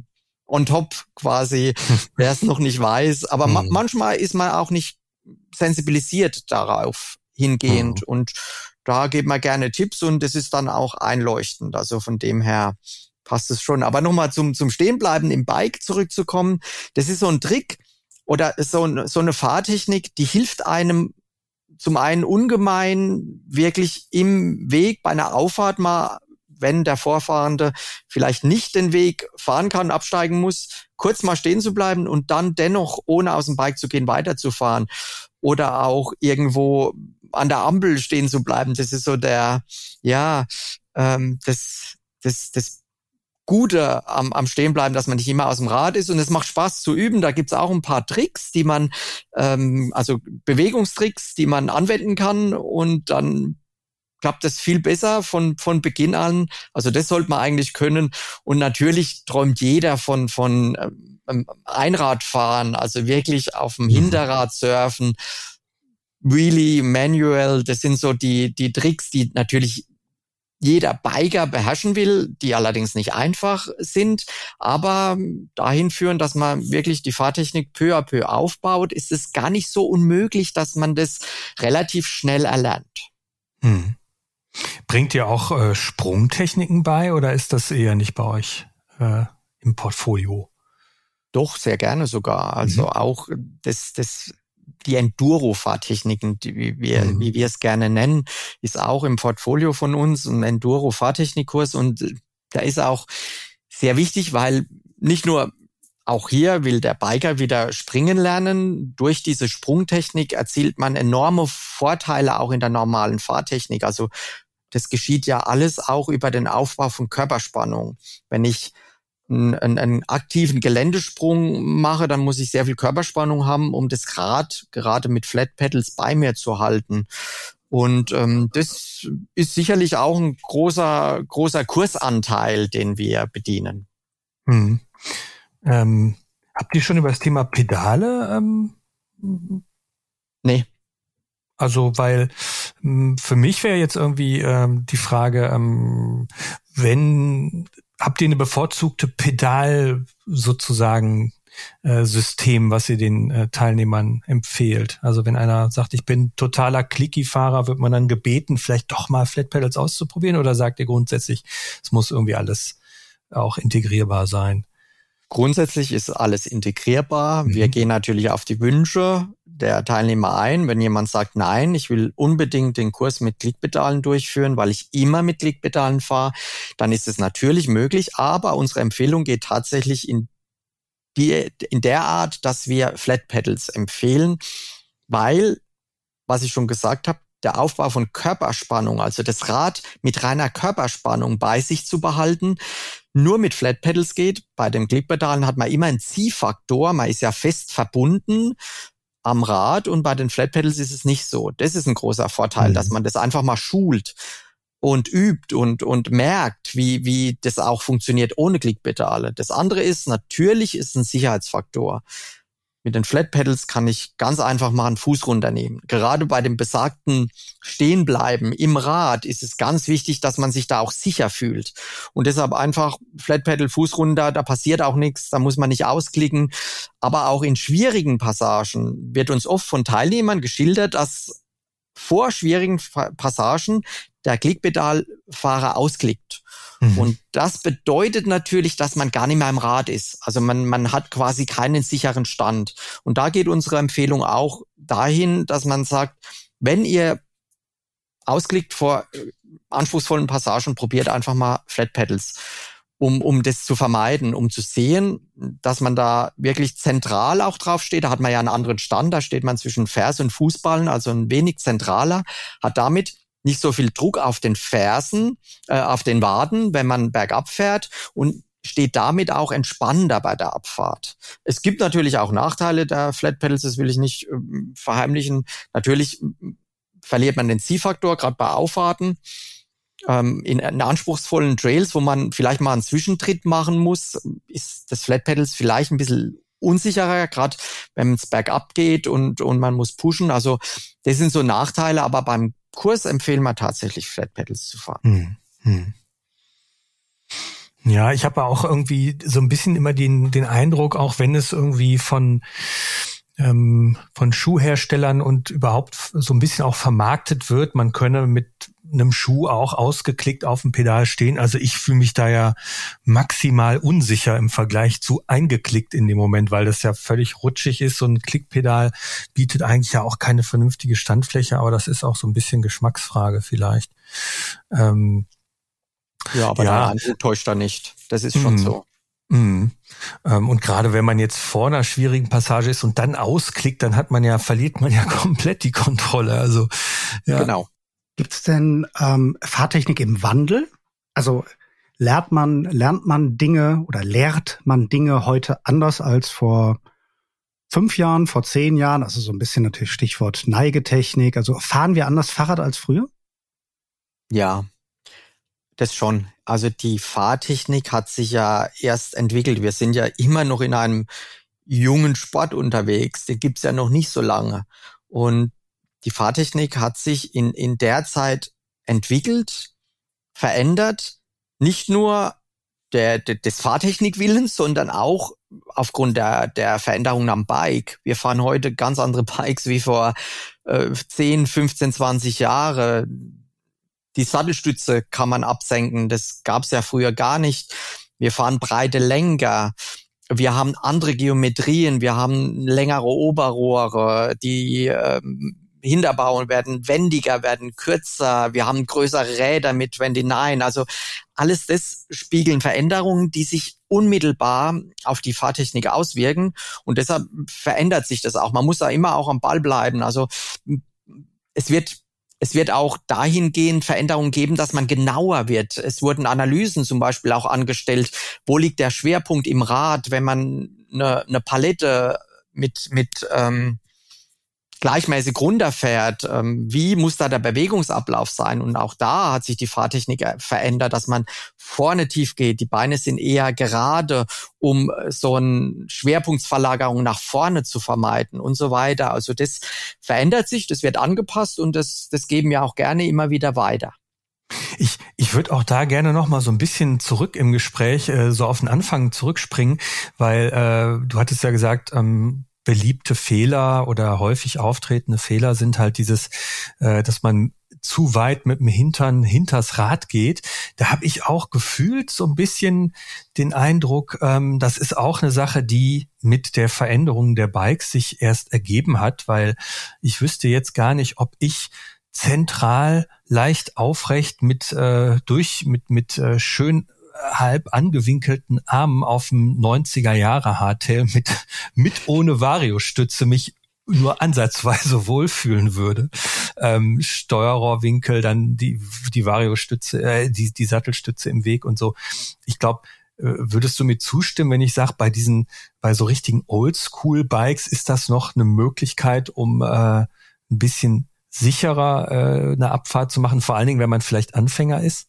on top quasi, wer es noch nicht weiß. Aber ma- manchmal ist man auch nicht sensibilisiert darauf hingehend. Mhm. Und da gibt man gerne Tipps und das ist dann auch einleuchtend. Also von dem her passt es schon. Aber nochmal zum, zum Stehenbleiben im Bike zurückzukommen. Das ist so ein Trick oder so, ein, so eine Fahrtechnik, die hilft einem zum einen ungemein wirklich im Weg bei einer Auffahrt mal, wenn der Vorfahrende vielleicht nicht den Weg fahren kann, absteigen muss, kurz mal stehen zu bleiben und dann dennoch, ohne aus dem Bike zu gehen, weiterzufahren. Oder auch irgendwo an der Ampel stehen zu bleiben. Das ist so der, ja, ähm, das, das, das Gute am, am Stehenbleiben, dass man nicht immer aus dem Rad ist. Und es macht Spaß zu üben. Da gibt's auch ein paar Tricks, die man, ähm, also Bewegungstricks, die man anwenden kann. Und dann klappt es viel besser von von Beginn an. Also das sollte man eigentlich können. Und natürlich träumt jeder von von ähm, Einradfahren, also wirklich auf dem Hinterrad surfen, Wheelie, Manual. Das sind so die die Tricks, die natürlich jeder Biker beherrschen will, die allerdings nicht einfach sind, aber dahin führen, dass man wirklich die Fahrtechnik peu à peu aufbaut, ist es gar nicht so unmöglich, dass man das relativ schnell erlernt. Hm. Bringt ihr auch äh, Sprungtechniken bei oder ist das eher nicht bei euch äh, im Portfolio? Doch, sehr gerne sogar. Also mhm. auch das, das die Enduro-Fahrtechniken, die, wie wir, mhm. wie wir es gerne nennen, ist auch im Portfolio von uns ein Enduro-Fahrtechnikkurs und da ist auch sehr wichtig, weil nicht nur auch hier will der Biker wieder springen lernen. Durch diese Sprungtechnik erzielt man enorme Vorteile auch in der normalen Fahrtechnik. Also das geschieht ja alles auch über den Aufbau von Körperspannung. Wenn ich einen, einen aktiven Geländesprung mache, dann muss ich sehr viel Körperspannung haben, um das Rad gerade mit Flat Pedals bei mir zu halten. Und ähm, das ist sicherlich auch ein großer großer Kursanteil, den wir bedienen. Hm. Ähm, habt ihr schon über das Thema Pedale? Ähm, nee. Also, weil ähm, für mich wäre jetzt irgendwie ähm, die Frage, ähm, wenn habt ihr eine bevorzugte Pedal sozusagen äh, System, was ihr den äh, Teilnehmern empfehlt? Also wenn einer sagt, ich bin totaler Clicky-Fahrer, wird man dann gebeten, vielleicht doch mal Flat Pedals auszuprobieren oder sagt ihr grundsätzlich, es muss irgendwie alles auch integrierbar sein? Grundsätzlich ist alles integrierbar. Mhm. Wir gehen natürlich auf die Wünsche der Teilnehmer ein. Wenn jemand sagt, nein, ich will unbedingt den Kurs mit Klickpedalen durchführen, weil ich immer mit Klickpedalen fahre, dann ist es natürlich möglich. Aber unsere Empfehlung geht tatsächlich in die, in der Art, dass wir Flat Pedals empfehlen, weil, was ich schon gesagt habe, der Aufbau von Körperspannung, also das Rad mit reiner Körperspannung bei sich zu behalten, nur mit Flat Pedals geht. Bei den Klickpedalen hat man immer einen Ziehfaktor, man ist ja fest verbunden am Rad und bei den Flat Pedals ist es nicht so. Das ist ein großer Vorteil, mhm. dass man das einfach mal schult und übt und und merkt, wie wie das auch funktioniert ohne Klickpedale. Das andere ist, natürlich ist ein Sicherheitsfaktor. Mit den Flat Pedals kann ich ganz einfach mal einen Fuß runternehmen. Gerade bei dem besagten Stehenbleiben im Rad ist es ganz wichtig, dass man sich da auch sicher fühlt. Und deshalb einfach Flat Pedal, Fuß runter, da passiert auch nichts, da muss man nicht ausklicken. Aber auch in schwierigen Passagen wird uns oft von Teilnehmern geschildert, dass vor schwierigen Passagen der Klickpedalfahrer ausklickt. Mhm. Und das bedeutet natürlich, dass man gar nicht mehr im Rad ist. Also man, man hat quasi keinen sicheren Stand. Und da geht unsere Empfehlung auch dahin, dass man sagt, wenn ihr ausklickt vor anspruchsvollen Passagen, probiert einfach mal Flat Pedals, um, um das zu vermeiden, um zu sehen, dass man da wirklich zentral auch drauf steht. Da hat man ja einen anderen Stand, da steht man zwischen Ferse und Fußballen, also ein wenig zentraler, hat damit nicht so viel Druck auf den Fersen, äh, auf den Waden, wenn man bergab fährt und steht damit auch entspannender bei der Abfahrt. Es gibt natürlich auch Nachteile der Flat Pedals, das will ich nicht äh, verheimlichen. Natürlich verliert man den Ziehfaktor, gerade bei Auffahrten. Ähm, in, in anspruchsvollen Trails, wo man vielleicht mal einen Zwischentritt machen muss, ist das Flat Pedals vielleicht ein bisschen unsicherer, gerade wenn es bergab geht und, und man muss pushen. Also das sind so Nachteile, aber beim Kurs empfehlen wir tatsächlich Flat Pedals zu fahren. Hm, hm. Ja, ich habe auch irgendwie so ein bisschen immer den den Eindruck, auch wenn es irgendwie von ähm, von Schuhherstellern und überhaupt so ein bisschen auch vermarktet wird, man könne mit einem Schuh auch ausgeklickt auf dem Pedal stehen. Also ich fühle mich da ja maximal unsicher im Vergleich zu eingeklickt in dem Moment, weil das ja völlig rutschig ist. So ein Klickpedal bietet eigentlich ja auch keine vernünftige Standfläche, aber das ist auch so ein bisschen Geschmacksfrage vielleicht. Ähm, ja, aber ja. der Eindruck täuscht da nicht. Das ist schon mm. so. Mm. Ähm, und gerade wenn man jetzt vor einer schwierigen Passage ist und dann ausklickt, dann hat man ja, verliert man ja komplett die Kontrolle. Also ja. Genau. Gibt es denn ähm, Fahrtechnik im Wandel? Also lernt man lernt man Dinge oder lehrt man Dinge heute anders als vor fünf Jahren, vor zehn Jahren? Also so ein bisschen natürlich Stichwort Neigetechnik. Also fahren wir anders Fahrrad als früher? Ja, das schon. Also die Fahrtechnik hat sich ja erst entwickelt. Wir sind ja immer noch in einem jungen Sport unterwegs. Den gibt's ja noch nicht so lange. Und die Fahrtechnik hat sich in, in der Zeit entwickelt, verändert, nicht nur der, der, des Fahrtechnikwillens, sondern auch aufgrund der, der Veränderungen am Bike. Wir fahren heute ganz andere Bikes wie vor äh, zehn, fünfzehn, zwanzig Jahre. Die Sattelstütze kann man absenken, das gab's ja früher gar nicht. Wir fahren breite Lenker. Wir haben andere Geometrien, wir haben längere Oberrohre, die ähm, Hinterbauen werden wendiger, werden kürzer, wir haben größere Räder mit Twenty-nine, also alles das spiegeln Veränderungen, die sich unmittelbar auf die Fahrtechnik auswirken und deshalb verändert sich das auch. Man muss da immer auch am Ball bleiben, also es wird Es wird auch dahingehend Veränderungen geben, dass man genauer wird. Es wurden Analysen zum Beispiel auch angestellt. Wo liegt der Schwerpunkt im Rad, wenn man eine, eine Palette mit mit ähm, gleichmäßig runterfährt? Ähm, wie muss da der Bewegungsablauf sein? Und auch da hat sich die Fahrtechnik verändert, dass man vorne tief geht. Die Beine sind eher gerade, um so eine Schwerpunktsverlagerung nach vorne zu vermeiden und so weiter. Also das verändert sich, das wird angepasst und das, das geben wir auch gerne immer wieder weiter. Ich, ich würde auch da gerne noch mal so ein bisschen zurück im Gespräch, äh, so auf den Anfang zurückspringen, weil äh, du hattest ja gesagt, ähm, beliebte Fehler oder häufig auftretende Fehler sind halt dieses, äh, dass man zu weit mit dem Hintern hinters Rad geht. Da habe ich auch gefühlt so ein bisschen den Eindruck, ähm, das ist auch eine Sache, die mit der Veränderung der Bikes sich erst ergeben hat, weil ich wüsste jetzt gar nicht, ob ich zentral leicht aufrecht mit äh, durch mit mit äh, schön halb angewinkelten Armen auf dem neunziger Jahre Hardtail mit mit ohne Variostütze mich nur ansatzweise wohlfühlen würde. Ähm, Steuerrohrwinkel, dann die die Variostütze, äh, die die Sattelstütze im Weg und so. Ich glaube, äh, würdest du mir zustimmen, wenn ich sage, bei diesen bei so richtigen Oldschool-Bikes ist das noch eine Möglichkeit, um äh, ein bisschen sicherer äh, eine Abfahrt zu machen, vor allen Dingen, wenn man vielleicht Anfänger ist?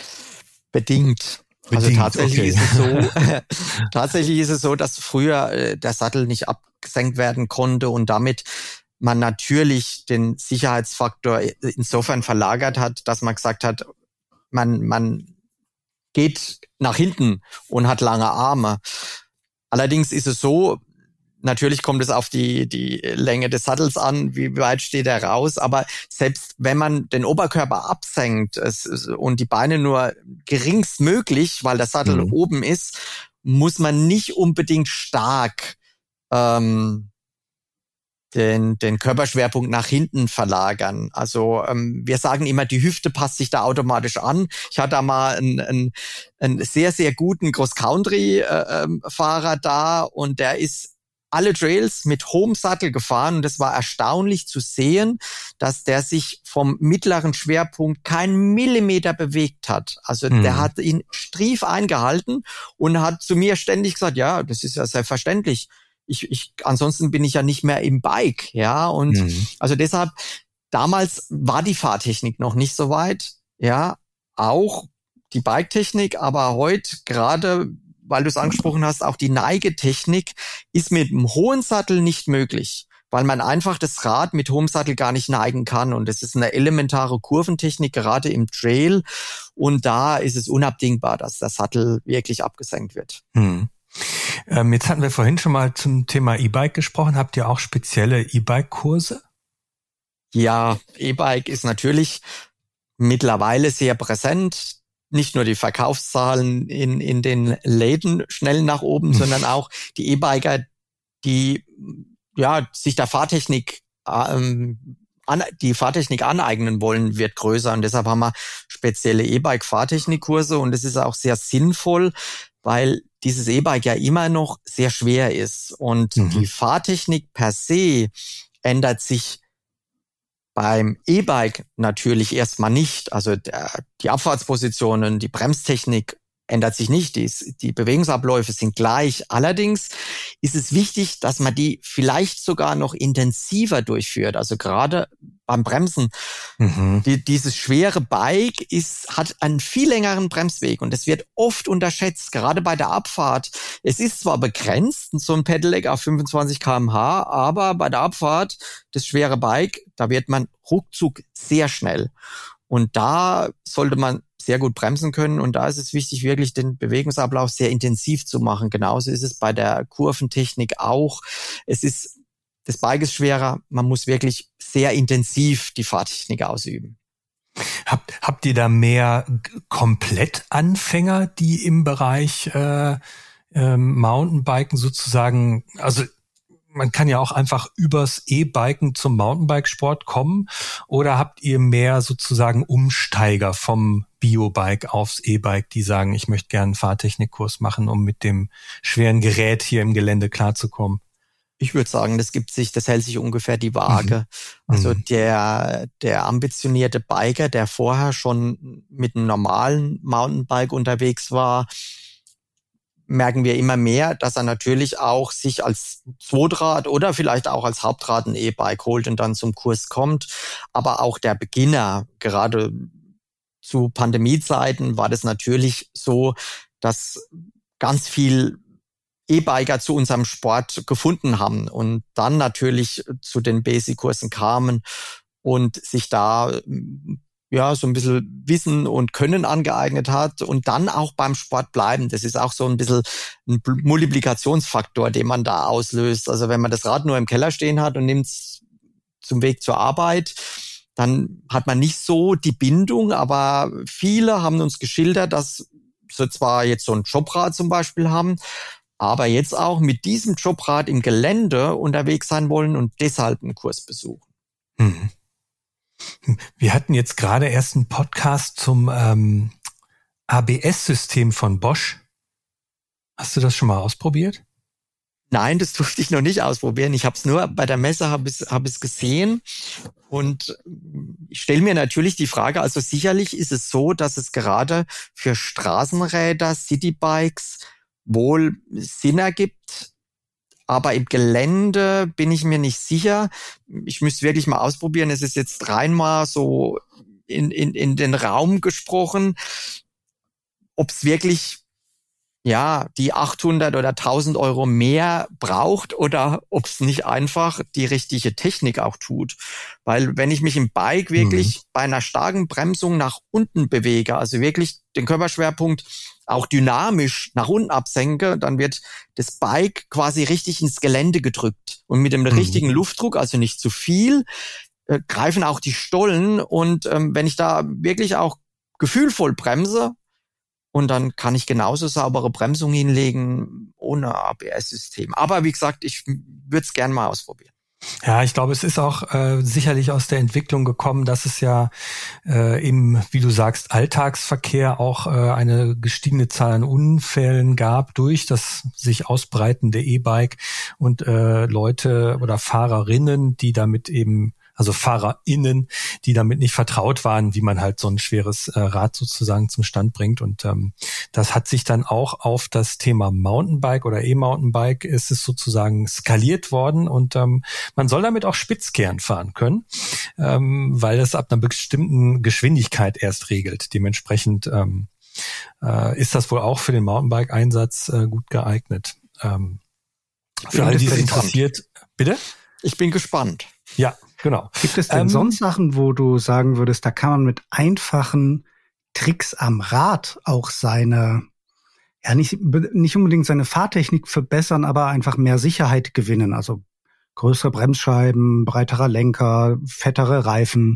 Bedingt. Also Bedingt, tatsächlich okay. ist es so, tatsächlich ist es so, dass früher äh, der Sattel nicht abgesenkt werden konnte und damit man natürlich den Sicherheitsfaktor insofern verlagert hat, dass man gesagt hat, man man geht nach hinten und hat lange Arme. Allerdings ist es so, natürlich kommt es auf die die Länge des Sattels an, wie weit steht er raus, aber selbst wenn man den Oberkörper absenkt es, und die Beine nur geringstmöglich, weil der Sattel mhm. oben ist, muss man nicht unbedingt stark ähm, den den Körperschwerpunkt nach hinten verlagern. Also ähm, wir sagen immer, die Hüfte passt sich da automatisch an. Ich hatte da mal einen, einen, einen sehr, sehr guten Cross-Country-Fahrer da und der ist alle Trails mit hohem Sattel gefahren und es war erstaunlich zu sehen, dass der sich vom mittleren Schwerpunkt keinen Millimeter bewegt hat. Also mhm. der hat ihn strief eingehalten und hat zu mir ständig gesagt, ja, das ist ja selbstverständlich. Ich, ich, ansonsten bin ich ja nicht mehr im Bike, ja, und mhm. also deshalb, damals war die Fahrtechnik noch nicht so weit, ja, auch die Bike-Technik, aber heute gerade, weil du es angesprochen hast, auch die Neigetechnik ist mit einem hohen Sattel nicht möglich. weil man einfach das Rad mit hohem Sattel gar nicht neigen kann. Und es ist eine elementare Kurventechnik, gerade im Trail. Und da ist es unabdingbar, dass der Sattel wirklich abgesenkt wird. Hm. Ähm, jetzt hatten wir vorhin schon mal zum Thema E-Bike gesprochen. Habt ihr auch spezielle E-Bike-Kurse? Ja, E-Bike ist natürlich mittlerweile sehr präsent. Nicht nur die Verkaufszahlen in, in den Läden schnell nach oben, hm. sondern auch die E-Biker, die ja sich der Fahrtechnik ähm, an, die Fahrtechnik aneignen wollen, wird größer. Und deshalb haben wir spezielle E-Bike-Fahrtechnikkurse. Und es ist auch sehr sinnvoll, weil dieses E-Bike ja immer noch sehr schwer ist. Und mhm. die Fahrtechnik per se ändert sich beim E-Bike natürlich erstmal nicht. Also der, die Abfahrtspositionen, die Bremstechnik ändert sich nicht. Die, die Bewegungsabläufe sind gleich. Allerdings ist es wichtig, dass man die vielleicht sogar noch intensiver durchführt. Also gerade beim Bremsen. Mhm. Die, dieses schwere Bike ist, hat einen viel längeren Bremsweg und das wird oft unterschätzt, gerade bei der Abfahrt. Es ist zwar begrenzt, so ein Pedelec auf fünfundzwanzig Kilometer pro Stunde, aber bei der Abfahrt, das schwere Bike, da wird man ruckzuck sehr schnell. Und da sollte man sehr gut bremsen können und da ist es wichtig, wirklich den Bewegungsablauf sehr intensiv zu machen. Genauso ist es bei der Kurventechnik auch. Es ist, das Bike ist schwerer, man muss wirklich sehr intensiv die Fahrtechnik ausüben. Habt, habt ihr da mehr Komplettanfänger, die im Bereich äh, äh, Mountainbiken sozusagen, also man kann ja auch einfach übers E-Biken zum Mountainbikesport kommen, oder habt ihr mehr sozusagen Umsteiger vom Biobike aufs E-Bike, die sagen, ich möchte gerne einen Fahrtechnikkurs machen, um mit dem schweren Gerät hier im Gelände klarzukommen? Ich würde sagen, das gibt sich, das hält sich ungefähr die Waage. Mhm. Also der, der ambitionierte Biker, der vorher schon mit einem normalen Mountainbike unterwegs war, merken wir immer mehr, dass er natürlich auch sich als Zweitrad oder vielleicht auch als Hauptrad ein E-Bike holt und dann zum Kurs kommt. Aber auch der Beginner, gerade zu Pandemiezeiten, war das natürlich so, dass ganz viel E-Biker zu unserem Sport gefunden haben und dann natürlich zu den Basic-Kursen kamen und sich da ja so ein bisschen Wissen und Können angeeignet hat und dann auch beim Sport bleiben. Das ist auch so ein bisschen ein Multiplikationsfaktor, den man da auslöst. Also wenn man das Rad nur im Keller stehen hat und nimmt es zum Weg zur Arbeit, dann hat man nicht so die Bindung, aber viele haben uns geschildert, dass sie zwar jetzt so ein Jobrad zum Beispiel haben, aber jetzt auch mit diesem Jobrad im Gelände unterwegs sein wollen und deshalb einen Kurs besuchen. Hm. Wir hatten jetzt gerade erst einen Podcast zum ähm, A B S-System von Bosch. Hast du das schon mal ausprobiert? Nein, das durfte ich noch nicht ausprobieren. Ich habe es nur bei der Messe habe ich hab es gesehen und ich stelle mir natürlich die Frage, also sicherlich ist es so, dass es gerade für Straßenräder, Citybikes wohl Sinn ergibt, aber im Gelände bin ich mir nicht sicher. Ich müsste wirklich mal ausprobieren. Es ist jetzt rein mal so in, in, in den Raum gesprochen, ob es wirklich ja die achthundert oder tausend Euro mehr braucht oder ob es nicht einfach die richtige Technik auch tut. Weil wenn ich mich im Bike wirklich mhm. bei einer starken Bremsung nach unten bewege, also wirklich den Körperschwerpunkt auch dynamisch nach unten absenke, dann wird das Bike quasi richtig ins Gelände gedrückt. Und mit dem mhm. richtigen Luftdruck, also nicht zu viel, äh, greifen auch die Stollen. Und ähm, wenn ich da wirklich auch gefühlvoll bremse, und dann kann ich genauso saubere Bremsung hinlegen ohne A B S-System. Aber wie gesagt, ich würde es gerne mal ausprobieren. Ja, ich glaube, es ist auch äh, sicherlich aus der Entwicklung gekommen, dass es ja äh, im, wie du sagst, Alltagsverkehr auch äh, eine gestiegene Zahl an Unfällen gab durch das sich ausbreitende E-Bike und äh, Leute oder Fahrerinnen, die damit eben also FahrerInnen, die damit nicht vertraut waren, wie man halt so ein schweres äh, Rad sozusagen zum Stand bringt. Und ähm, das hat sich dann auch auf das Thema Mountainbike oder E-Mountainbike ist es sozusagen skaliert worden und ähm, man soll damit auch Spitzkehren fahren können, ähm, weil das ab einer bestimmten Geschwindigkeit erst regelt. Dementsprechend ähm, äh, ist das wohl auch für den Mountainbike-Einsatz äh, gut geeignet. Ähm, für alle, die es interessiert. Bitte? Ich bin gespannt. Ja, genau. Gibt es denn ähm, sonst Sachen, wo du sagen würdest, da kann man mit einfachen Tricks am Rad auch seine, ja nicht, nicht unbedingt seine Fahrtechnik verbessern, aber einfach mehr Sicherheit gewinnen? Also größere Bremsscheiben, breiterer Lenker, fettere Reifen.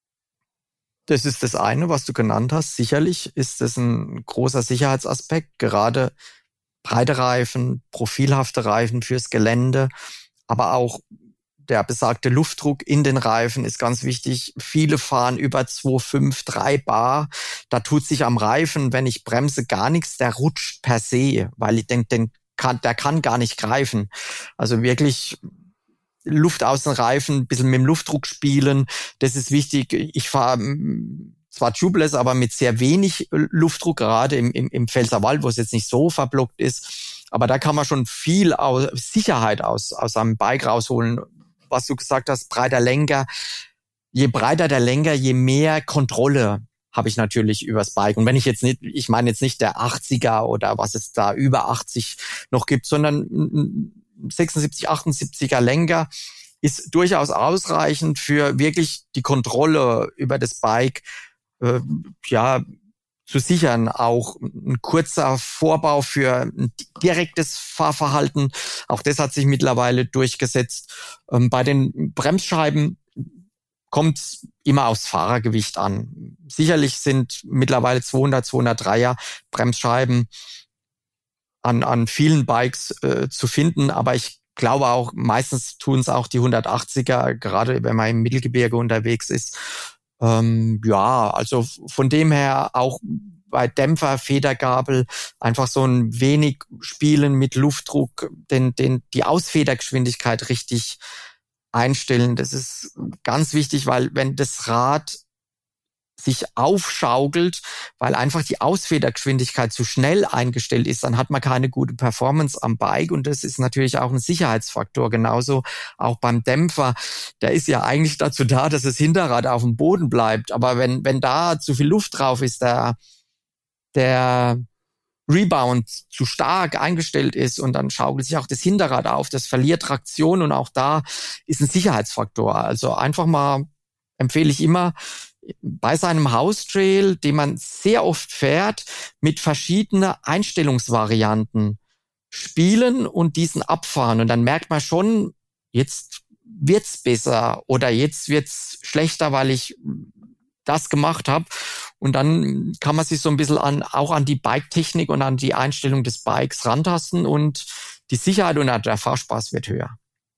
Das ist das eine, was du genannt hast. Sicherlich ist das ein großer Sicherheitsaspekt, gerade breite Reifen, profilhafte Reifen fürs Gelände, aber auch der besagte Luftdruck in den Reifen ist ganz wichtig. Viele fahren über zwei Komma fünf, drei Bar. Da tut sich am Reifen, wenn ich bremse, gar nichts. Der rutscht per se, weil ich denke, den kann, der kann gar nicht greifen. Also wirklich Luft aus den Reifen, ein bisschen mit dem Luftdruck spielen. Das ist wichtig. Ich fahre zwar tubeless, aber mit sehr wenig Luftdruck, gerade im, im, im Pfälzerwald, wo es jetzt nicht so verblockt ist. Aber da kann man schon viel aus, Sicherheit aus, aus einem Bike rausholen. Was du gesagt hast, breiter Lenker. Je breiter der Lenker, je mehr Kontrolle habe ich natürlich übers Bike. Und wenn ich jetzt nicht, ich meine jetzt nicht der achtziger oder was es da über achtzig noch gibt, sondern sechsundsiebzig, achtundsiebziger Lenker ist durchaus ausreichend für wirklich die Kontrolle über das Bike, äh, ja, zu sichern. Auch ein kurzer Vorbau für ein direktes Fahrverhalten. Auch das hat sich mittlerweile durchgesetzt. Ähm, bei den Bremsscheiben kommt es immer aufs Fahrergewicht an. Sicherlich sind mittlerweile zweihundert, zweihundertdreier Bremsscheiben an, an vielen Bikes äh, zu finden. Aber ich glaube auch, meistens tun es auch die hundertachtziger, gerade wenn man im Mittelgebirge unterwegs ist. Ähm, ja, also von dem her auch bei Dämpfer, Federgabel einfach so ein wenig spielen mit Luftdruck, den, den, die Ausfedergeschwindigkeit richtig einstellen. Das ist ganz wichtig, weil wenn das Rad sich aufschaukelt, weil einfach die Ausfedergeschwindigkeit zu schnell eingestellt ist, dann hat man keine gute Performance am Bike und das ist natürlich auch ein Sicherheitsfaktor. Genauso auch beim Dämpfer. Der ist ja eigentlich dazu da, dass das Hinterrad auf dem Boden bleibt. Aber wenn wenn da zu viel Luft drauf ist, der der Rebound zu stark eingestellt ist und dann schaukelt sich auch das Hinterrad auf, das verliert Traktion und auch da ist ein Sicherheitsfaktor. Also einfach mal empfehle ich immer, bei seinem House-Trail, den man sehr oft fährt, mit verschiedenen Einstellungsvarianten spielen und diesen abfahren. Und dann merkt man schon, jetzt wird's besser oder jetzt wird's schlechter, weil ich das gemacht habe. Und dann kann man sich so ein bisschen an, auch an die Bike-Technik und an die Einstellung des Bikes rantasten und die Sicherheit und der Fahrspaß wird höher.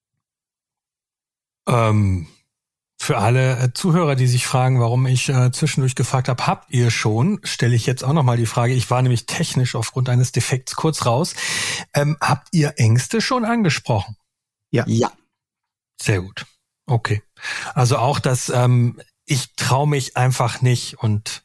Ähm. Für alle Zuhörer, die sich fragen, warum ich äh, zwischendurch gefragt habe, habt ihr schon, stelle ich jetzt auch nochmal die Frage, ich war nämlich technisch aufgrund eines Defekts kurz raus, ähm, habt ihr Ängste schon angesprochen? Ja. Ja. Sehr gut. Okay. Also auch das, ähm, ich traue mich einfach nicht und...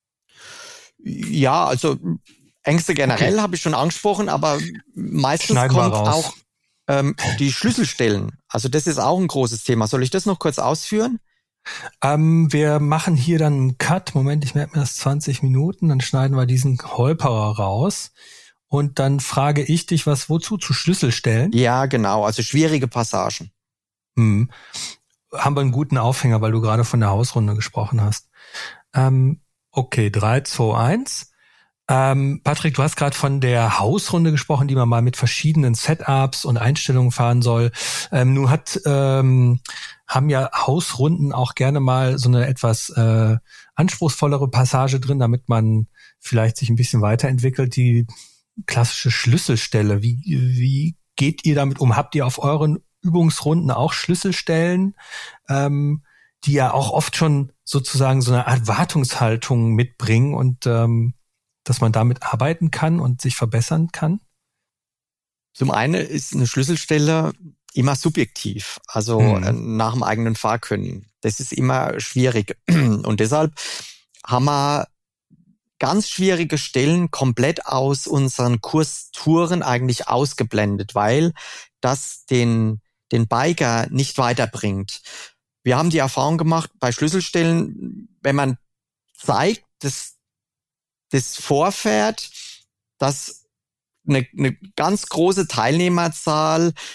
Ja, also Ängste generell okay. habe ich schon angesprochen, aber meistens Schneiden kommt auch ähm, die Schlüsselstellen. Also das ist auch ein großes Thema. Soll ich das noch kurz ausführen? Ähm, wir machen hier dann einen Cut. Moment, ich merke mir das zwanzig Minuten. Dann schneiden wir diesen Holperer raus. Und dann frage ich dich, was wozu zu Schlüsselstellen? Ja, genau. Also schwierige Passagen. Hm. Haben wir einen guten Aufhänger, weil du gerade von der Hausrunde gesprochen hast. Ähm, okay, drei, zwei, eins. Ähm, Patrick, du hast gerade von der Hausrunde gesprochen, die man mal mit verschiedenen Setups und Einstellungen fahren soll. Ähm, nun hat ähm, haben ja Hausrunden auch gerne mal so eine etwas äh, anspruchsvollere Passage drin, damit man vielleicht sich ein bisschen weiterentwickelt. Die klassische Schlüsselstelle, wie wie geht ihr damit um? Habt ihr auf euren Übungsrunden auch Schlüsselstellen, ähm, die ja auch oft schon sozusagen so eine Art Wartungshaltung mitbringen und ähm, dass man damit arbeiten kann und sich verbessern kann? Zum einen ist eine Schlüsselstelle immer subjektiv, also hm. nach dem eigenen Fahrkönnen. Das ist immer schwierig. Und deshalb haben wir ganz schwierige Stellen komplett aus unseren Kurstouren eigentlich ausgeblendet, weil das den, den Biker nicht weiterbringt. Wir haben die Erfahrung gemacht, bei Schlüsselstellen, wenn man zeigt, dass das vorfährt, dass eine, eine ganz große Teilnehmerzahl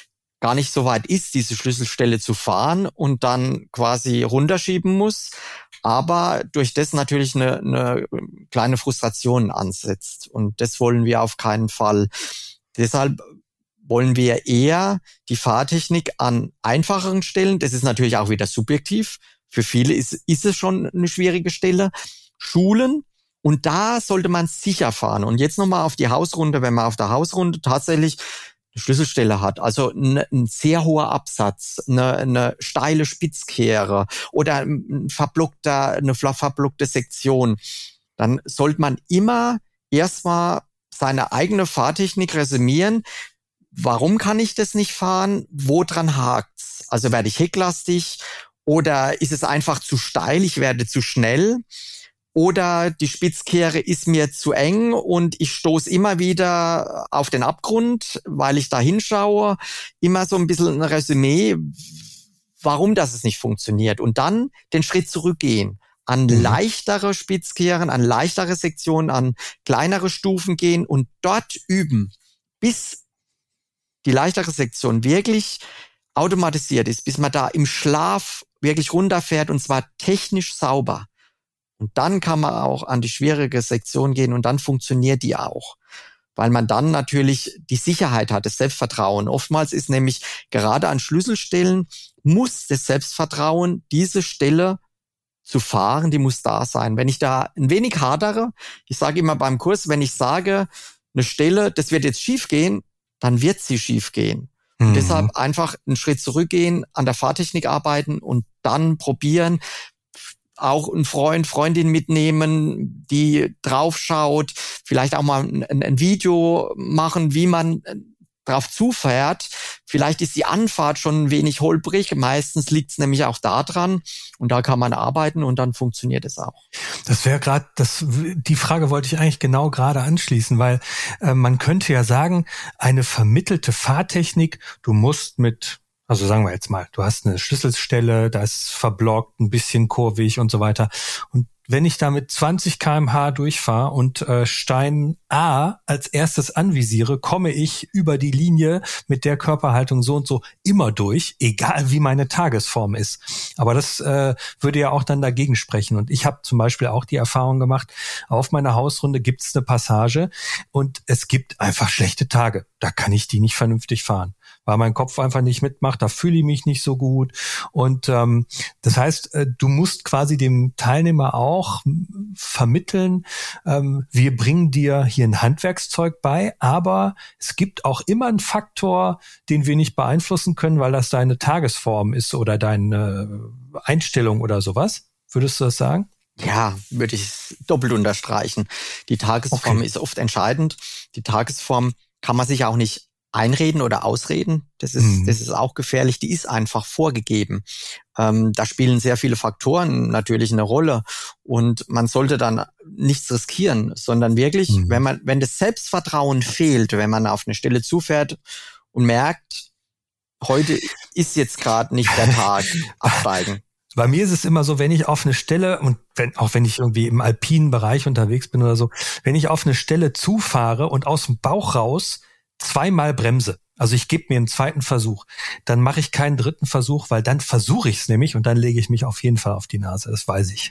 gar nicht so weit ist, diese Schlüsselstelle zu fahren und dann quasi runterschieben muss, aber durch das natürlich eine, eine kleine Frustration ansetzt. Und das wollen wir auf keinen Fall. Deshalb wollen wir eher die Fahrtechnik an einfacheren Stellen, das ist natürlich auch wieder subjektiv, für viele ist, ist es schon eine schwierige Stelle, schulen. Und da sollte man sicher fahren. Und jetzt nochmal auf die Hausrunde, wenn man auf der Hausrunde tatsächlich eine Schlüsselstelle hat, also eine, ein sehr hoher Absatz, eine, eine steile Spitzkehre oder ein verblockter, eine verblockte Sektion, dann sollte man immer erstmal seine eigene Fahrtechnik resümieren. Warum kann ich das nicht fahren? Woran hakt's? Also werde ich hecklastig oder ist es einfach zu steil, ich werde zu schnell? Oder die Spitzkehre ist mir zu eng und ich stoße immer wieder auf den Abgrund, weil ich da hinschaue. Immer so ein bisschen ein Resümee, warum das es nicht funktioniert. Und dann den Schritt zurückgehen. An mhm. leichtere Spitzkehren, an leichtere Sektionen, an kleinere Stufen gehen und dort üben, bis die leichtere Sektion wirklich automatisiert ist, bis man da im Schlaf wirklich runterfährt und zwar technisch sauber. Und dann kann man auch an die schwierige Sektion gehen und dann funktioniert die auch. Weil man dann natürlich die Sicherheit hat, das Selbstvertrauen. Oftmals ist nämlich gerade an Schlüsselstellen, muss das Selbstvertrauen, diese Stelle zu fahren, die muss da sein. Wenn ich da ein wenig hadere, ich sage immer beim Kurs, wenn ich sage, eine Stelle, das wird jetzt schief gehen, dann wird sie schief gehen. Und mhm. deshalb einfach einen Schritt zurückgehen, an der Fahrtechnik arbeiten und dann probieren, auch einen Freund, Freundin mitnehmen, die draufschaut, vielleicht auch mal ein, ein Video machen, wie man drauf zufährt. Vielleicht ist die Anfahrt schon ein wenig holprig, meistens liegt es nämlich auch da dran und da kann man arbeiten und dann funktioniert es auch. Das wäre gerade, das die Frage wollte ich eigentlich genau gerade anschließen, weil äh, man könnte ja sagen, eine vermittelte Fahrtechnik, du musst mit Also sagen wir jetzt mal, du hast eine Schlüsselstelle, da ist verblockt, ein bisschen kurvig und so weiter. Und wenn ich da mit zwanzig Kilometer pro Stunde durchfahre und äh, Stein A als erstes anvisiere, komme ich über die Linie mit der Körperhaltung so und so immer durch, egal wie meine Tagesform ist. Aber das äh, würde ja auch dann dagegen sprechen. Und ich habe zum Beispiel auch die Erfahrung gemacht, auf meiner Hausrunde gibt es eine Passage und es gibt einfach schlechte Tage. Da kann ich die nicht vernünftig fahren, weil mein Kopf einfach nicht mitmacht, da fühle ich mich nicht so gut. Und ähm, das heißt, äh, du musst quasi dem Teilnehmer auch vermitteln, ähm, wir bringen dir hier ein Handwerkszeug bei, aber es gibt auch immer einen Faktor, den wir nicht beeinflussen können, weil das deine Tagesform ist oder deine Einstellung oder sowas. Würdest du das sagen? Ja, würde ich doppelt unterstreichen. Die Tagesform okay. ist oft entscheidend. Die Tagesform kann man sich auch nicht einreden oder ausreden. Das ist, mhm. das ist auch gefährlich. Die ist einfach vorgegeben. Ähm, da spielen sehr viele Faktoren natürlich eine Rolle. Und man sollte dann nichts riskieren, sondern wirklich, mhm. wenn man, wenn das Selbstvertrauen fehlt, wenn man auf eine Stelle zufährt und merkt, heute ist jetzt gerade nicht der Tag, absteigen. Bei mir ist es immer so, wenn ich auf eine Stelle, und wenn, auch wenn ich irgendwie im alpinen Bereich unterwegs bin oder so, wenn ich auf eine Stelle zufahre und aus dem Bauch raus zweimal bremse, also ich gebe mir einen zweiten Versuch, dann mache ich keinen dritten Versuch, weil dann versuche ich es nämlich und dann lege ich mich auf jeden Fall auf die Nase, das weiß ich.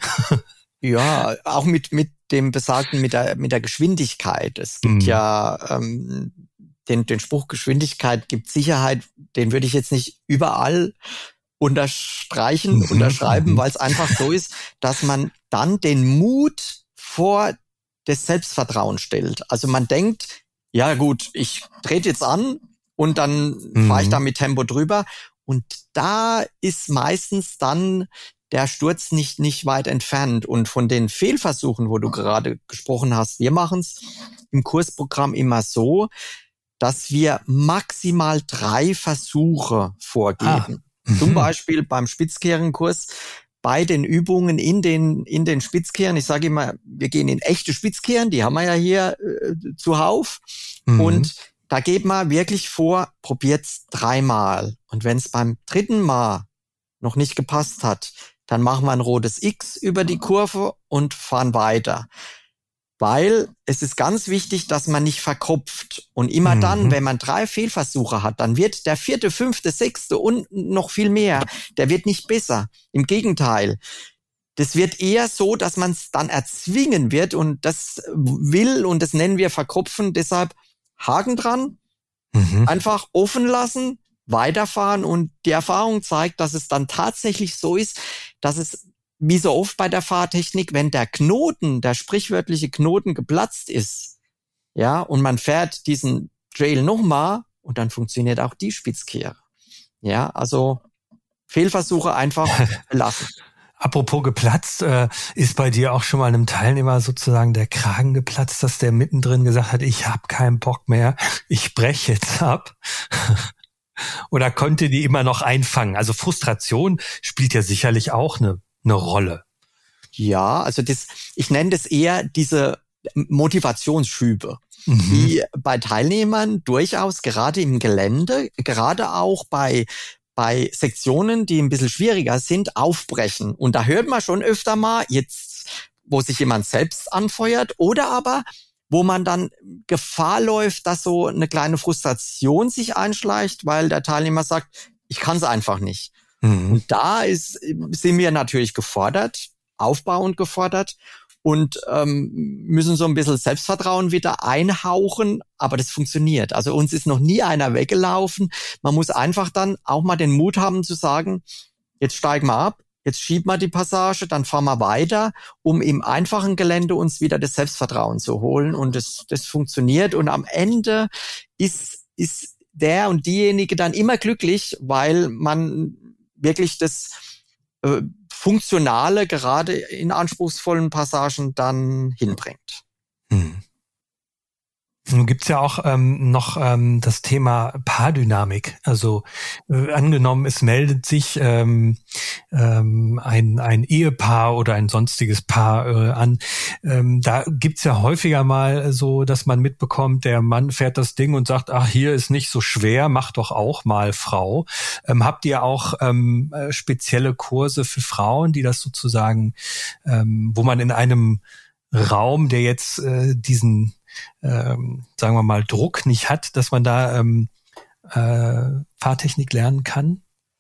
Ja, auch mit mit dem Besagten, mit der mit der Geschwindigkeit. Es gibt mhm. ja ähm, den den Spruch, Geschwindigkeit gibt Sicherheit, den würde ich jetzt nicht überall unterstreichen, mhm. unterschreiben, mhm. weil es einfach so ist, dass man dann den Mut vor das Selbstvertrauen stellt. Also man denkt, ja gut, ich trete jetzt an und dann mhm. fahre ich da mit Tempo drüber. Und da ist meistens dann der Sturz nicht nicht weit entfernt. Und von den Fehlversuchen, wo du gerade gesprochen hast, wir machen es im Kursprogramm immer so, dass wir maximal drei Versuche vorgeben. Ah. Mhm. Zum Beispiel beim Spitzkehrenkurs bei den Übungen in den in den Spitzkehren. Ich sage immer, wir gehen in echte Spitzkehren, die haben wir ja hier äh, zuhauf. Mhm. Und da geht man wirklich vor, probiert's dreimal. Und wenn es beim dritten Mal noch nicht gepasst hat, dann machen wir ein rotes X über die Kurve und fahren weiter. Weil es ist ganz wichtig, dass man nicht verkopft. Und immer mhm. dann, wenn man drei Fehlversuche hat, dann wird der vierte, fünfte, sechste und noch viel mehr, der wird nicht besser. Im Gegenteil. Das wird eher so, dass man es dann erzwingen wird und das will und das nennen wir verkopfen. Deshalb Haken dran, mhm. einfach offen lassen, weiterfahren und die Erfahrung zeigt, dass es dann tatsächlich so ist, dass es wie so oft bei der Fahrtechnik, wenn der Knoten, der sprichwörtliche Knoten geplatzt ist, ja, und man fährt diesen Trail nochmal und dann funktioniert auch die Spitzkehre. Ja, also Fehlversuche einfach lassen. Apropos geplatzt, äh, ist bei dir auch schon mal einem Teilnehmer sozusagen der Kragen geplatzt, dass der mittendrin gesagt hat, ich habe keinen Bock mehr, ich breche jetzt ab? Oder konnte die immer noch einfangen? Also Frustration spielt ja sicherlich auch eine eine Rolle. Ja, also das, ich nenne das eher diese Motivationsschübe, mhm. die bei Teilnehmern durchaus gerade im Gelände, gerade auch bei bei Sektionen, die ein bisschen schwieriger sind, aufbrechen. Und da hört man schon öfter mal, jetzt, wo sich jemand selbst anfeuert oder aber wo man dann Gefahr läuft, dass so eine kleine Frustration sich einschleicht, weil der Teilnehmer sagt, ich kann es einfach nicht. Und da ist, sind wir natürlich gefordert, aufbauend gefordert und ähm, müssen so ein bisschen Selbstvertrauen wieder einhauchen, aber das funktioniert. Also uns ist noch nie einer weggelaufen. Man muss einfach dann auch mal den Mut haben zu sagen, jetzt steigen wir ab, jetzt schieben wir die Passage, dann fahren wir weiter, um im einfachen Gelände uns wieder das Selbstvertrauen zu holen und das, das funktioniert und am Ende ist, ist der und diejenige dann immer glücklich, weil man wirklich das äh, Funktionale gerade in anspruchsvollen Passagen dann hinbringt. Hm. Nun gibt's ja auch ähm, noch ähm, das Thema Paardynamik. Also äh, angenommen, es meldet sich ähm, ähm, ein, ein Ehepaar oder ein sonstiges Paar äh, an. Ähm, da gibt's ja häufiger mal so, dass man mitbekommt, der Mann fährt das Ding und sagt, ach, hier ist nicht so schwer, mach doch auch mal, Frau. Ähm, habt ihr auch ähm, spezielle Kurse für Frauen, die das sozusagen, ähm, wo man in einem Raum, der jetzt äh, diesen Ähm, sagen wir mal, Druck nicht hat, dass man da ähm, äh, Fahrtechnik lernen kann?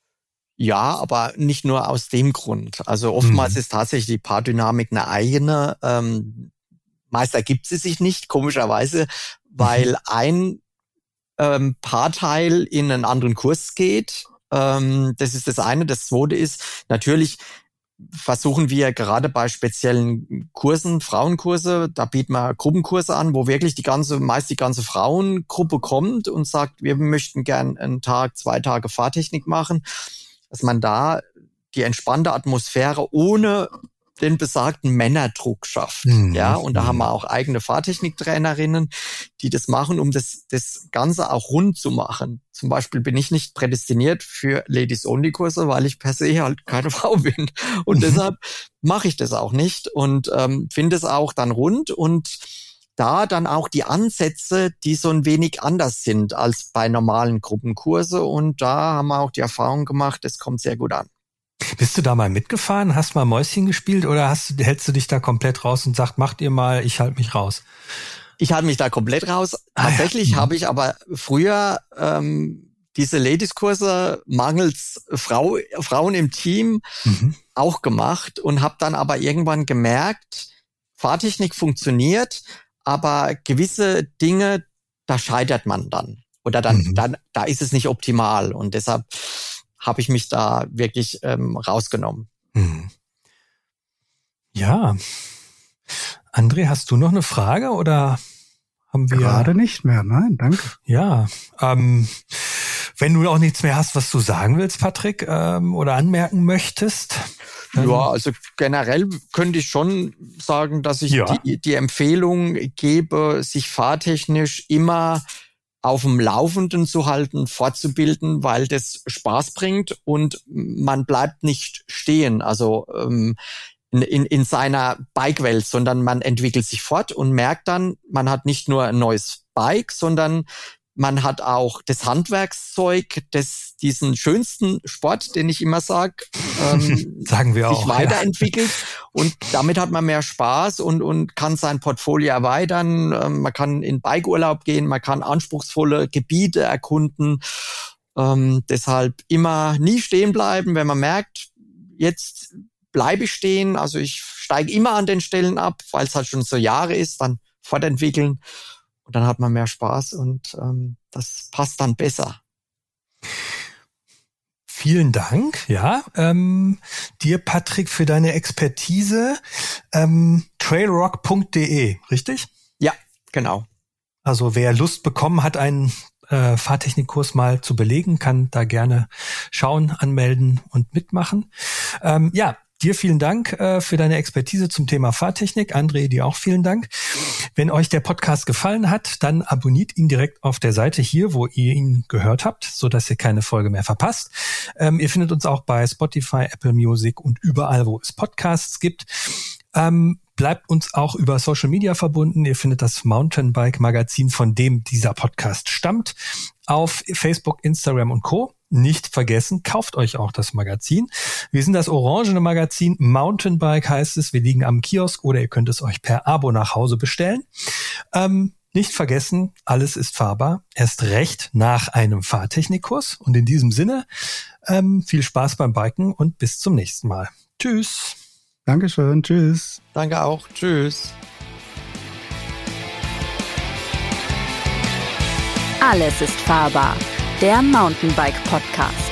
Ja, aber nicht nur aus dem Grund. Also oftmals mhm. ist tatsächlich die Paardynamik eine eigene. Ähm, meist ergibt sie sich nicht, komischerweise, weil mhm. ein ähm, Paarteil in einen anderen Kurs geht. Ähm, das ist das eine. Das zweite ist, natürlich versuchen wir gerade bei speziellen Kursen, Frauenkurse, da bieten wir Gruppenkurse an, wo wirklich die ganze, meist die ganze Frauengruppe kommt und sagt, wir möchten gern einen Tag, zwei Tage Fahrtechnik machen, dass man da die entspannte Atmosphäre ohne den besagten Männerdruck schafft. Mhm. Ja, und da haben wir auch eigene Fahrtechniktrainerinnen, die das machen, um das, das Ganze auch rund zu machen. Zum Beispiel bin ich nicht prädestiniert für Ladies-Only-Kurse, weil ich per se halt keine Frau bin. Und mhm. deshalb mache ich das auch nicht und ähm, finde es auch dann rund und da dann auch die Ansätze, die so ein wenig anders sind als bei normalen Gruppenkurse. Und da haben wir auch die Erfahrung gemacht, es kommt sehr gut an. Bist du da mal mitgefahren? Hast mal Mäuschen gespielt oder hast, hältst du dich da komplett raus und sagst, macht ihr mal, ich halte mich raus? Ich halte mich da komplett raus. Ah, Tatsächlich ja. habe ich aber früher ähm, diese Ladies-Kurse mangels Frau, Frauen im Team mhm. auch gemacht und habe dann aber irgendwann gemerkt, Fahrtechnik funktioniert, aber gewisse Dinge, da scheitert man dann. Oder dann, mhm. dann da ist es nicht optimal. Und deshalb habe ich mich da wirklich ähm, rausgenommen. Hm. Ja. André, hast du noch eine Frage oder haben wir... Gerade nicht mehr, nein, danke. Ja, ähm, wenn du auch nichts mehr hast, was du sagen willst, Patrick, ähm, oder anmerken möchtest. Ja, also generell könnte ich schon sagen, dass ich ja. die, die Empfehlung gebe, sich fahrtechnisch immer auf dem Laufenden zu halten, fortzubilden, weil das Spaß bringt und man bleibt nicht stehen, also ähm, in, in, in seiner Bike-Welt, sondern man entwickelt sich fort und merkt dann, man hat nicht nur ein neues Bike, sondern Man hat auch das Handwerkszeug, das diesen schönsten Sport, den ich immer sage, ähm, sagen wir sich auch, weiterentwickelt. Ja. Und damit hat man mehr Spaß und, und kann sein Portfolio erweitern. Ähm, man kann in Bikeurlaub gehen, man kann anspruchsvolle Gebiete erkunden. Ähm, deshalb immer nie stehen bleiben, wenn man merkt, jetzt bleibe ich stehen. Also ich steige immer an den Stellen ab, weil es halt schon so Jahre ist, dann fortentwickeln. Und dann hat man mehr Spaß und ähm, das passt dann besser. Vielen Dank, ja, ähm, dir Patrick für deine Expertise. Ähm, trailrock punkt de, richtig? Ja, genau. Also wer Lust bekommen hat, einen äh, Fahrtechnikkurs mal zu belegen, kann da gerne schauen, anmelden und mitmachen. Ähm, ja. Dir vielen Dank äh, für deine Expertise zum Thema Fahrtechnik. André, dir auch vielen Dank. Wenn euch der Podcast gefallen hat, dann abonniert ihn direkt auf der Seite hier, wo ihr ihn gehört habt, so dass ihr keine Folge mehr verpasst. Ähm, ihr findet uns auch bei Spotify, Apple Music und überall, wo es Podcasts gibt. Ähm, bleibt uns auch über Social Media verbunden. Ihr findet das Mountainbike Magazin, von dem dieser Podcast stammt, auf Facebook, Instagram und Co. Nicht vergessen, kauft euch auch das Magazin. Wir sind das orangene Magazin, Mountainbike heißt es. Wir liegen am Kiosk oder ihr könnt es euch per Abo nach Hause bestellen. Ähm, nicht vergessen, alles ist fahrbar. Erst recht nach einem Fahrtechnikkurs. Und in diesem Sinne, ähm, viel Spaß beim Biken und bis zum nächsten Mal. Tschüss. Dankeschön. Tschüss. Danke auch. Tschüss. Alles ist fahrbar. Der Mountainbike Podcast.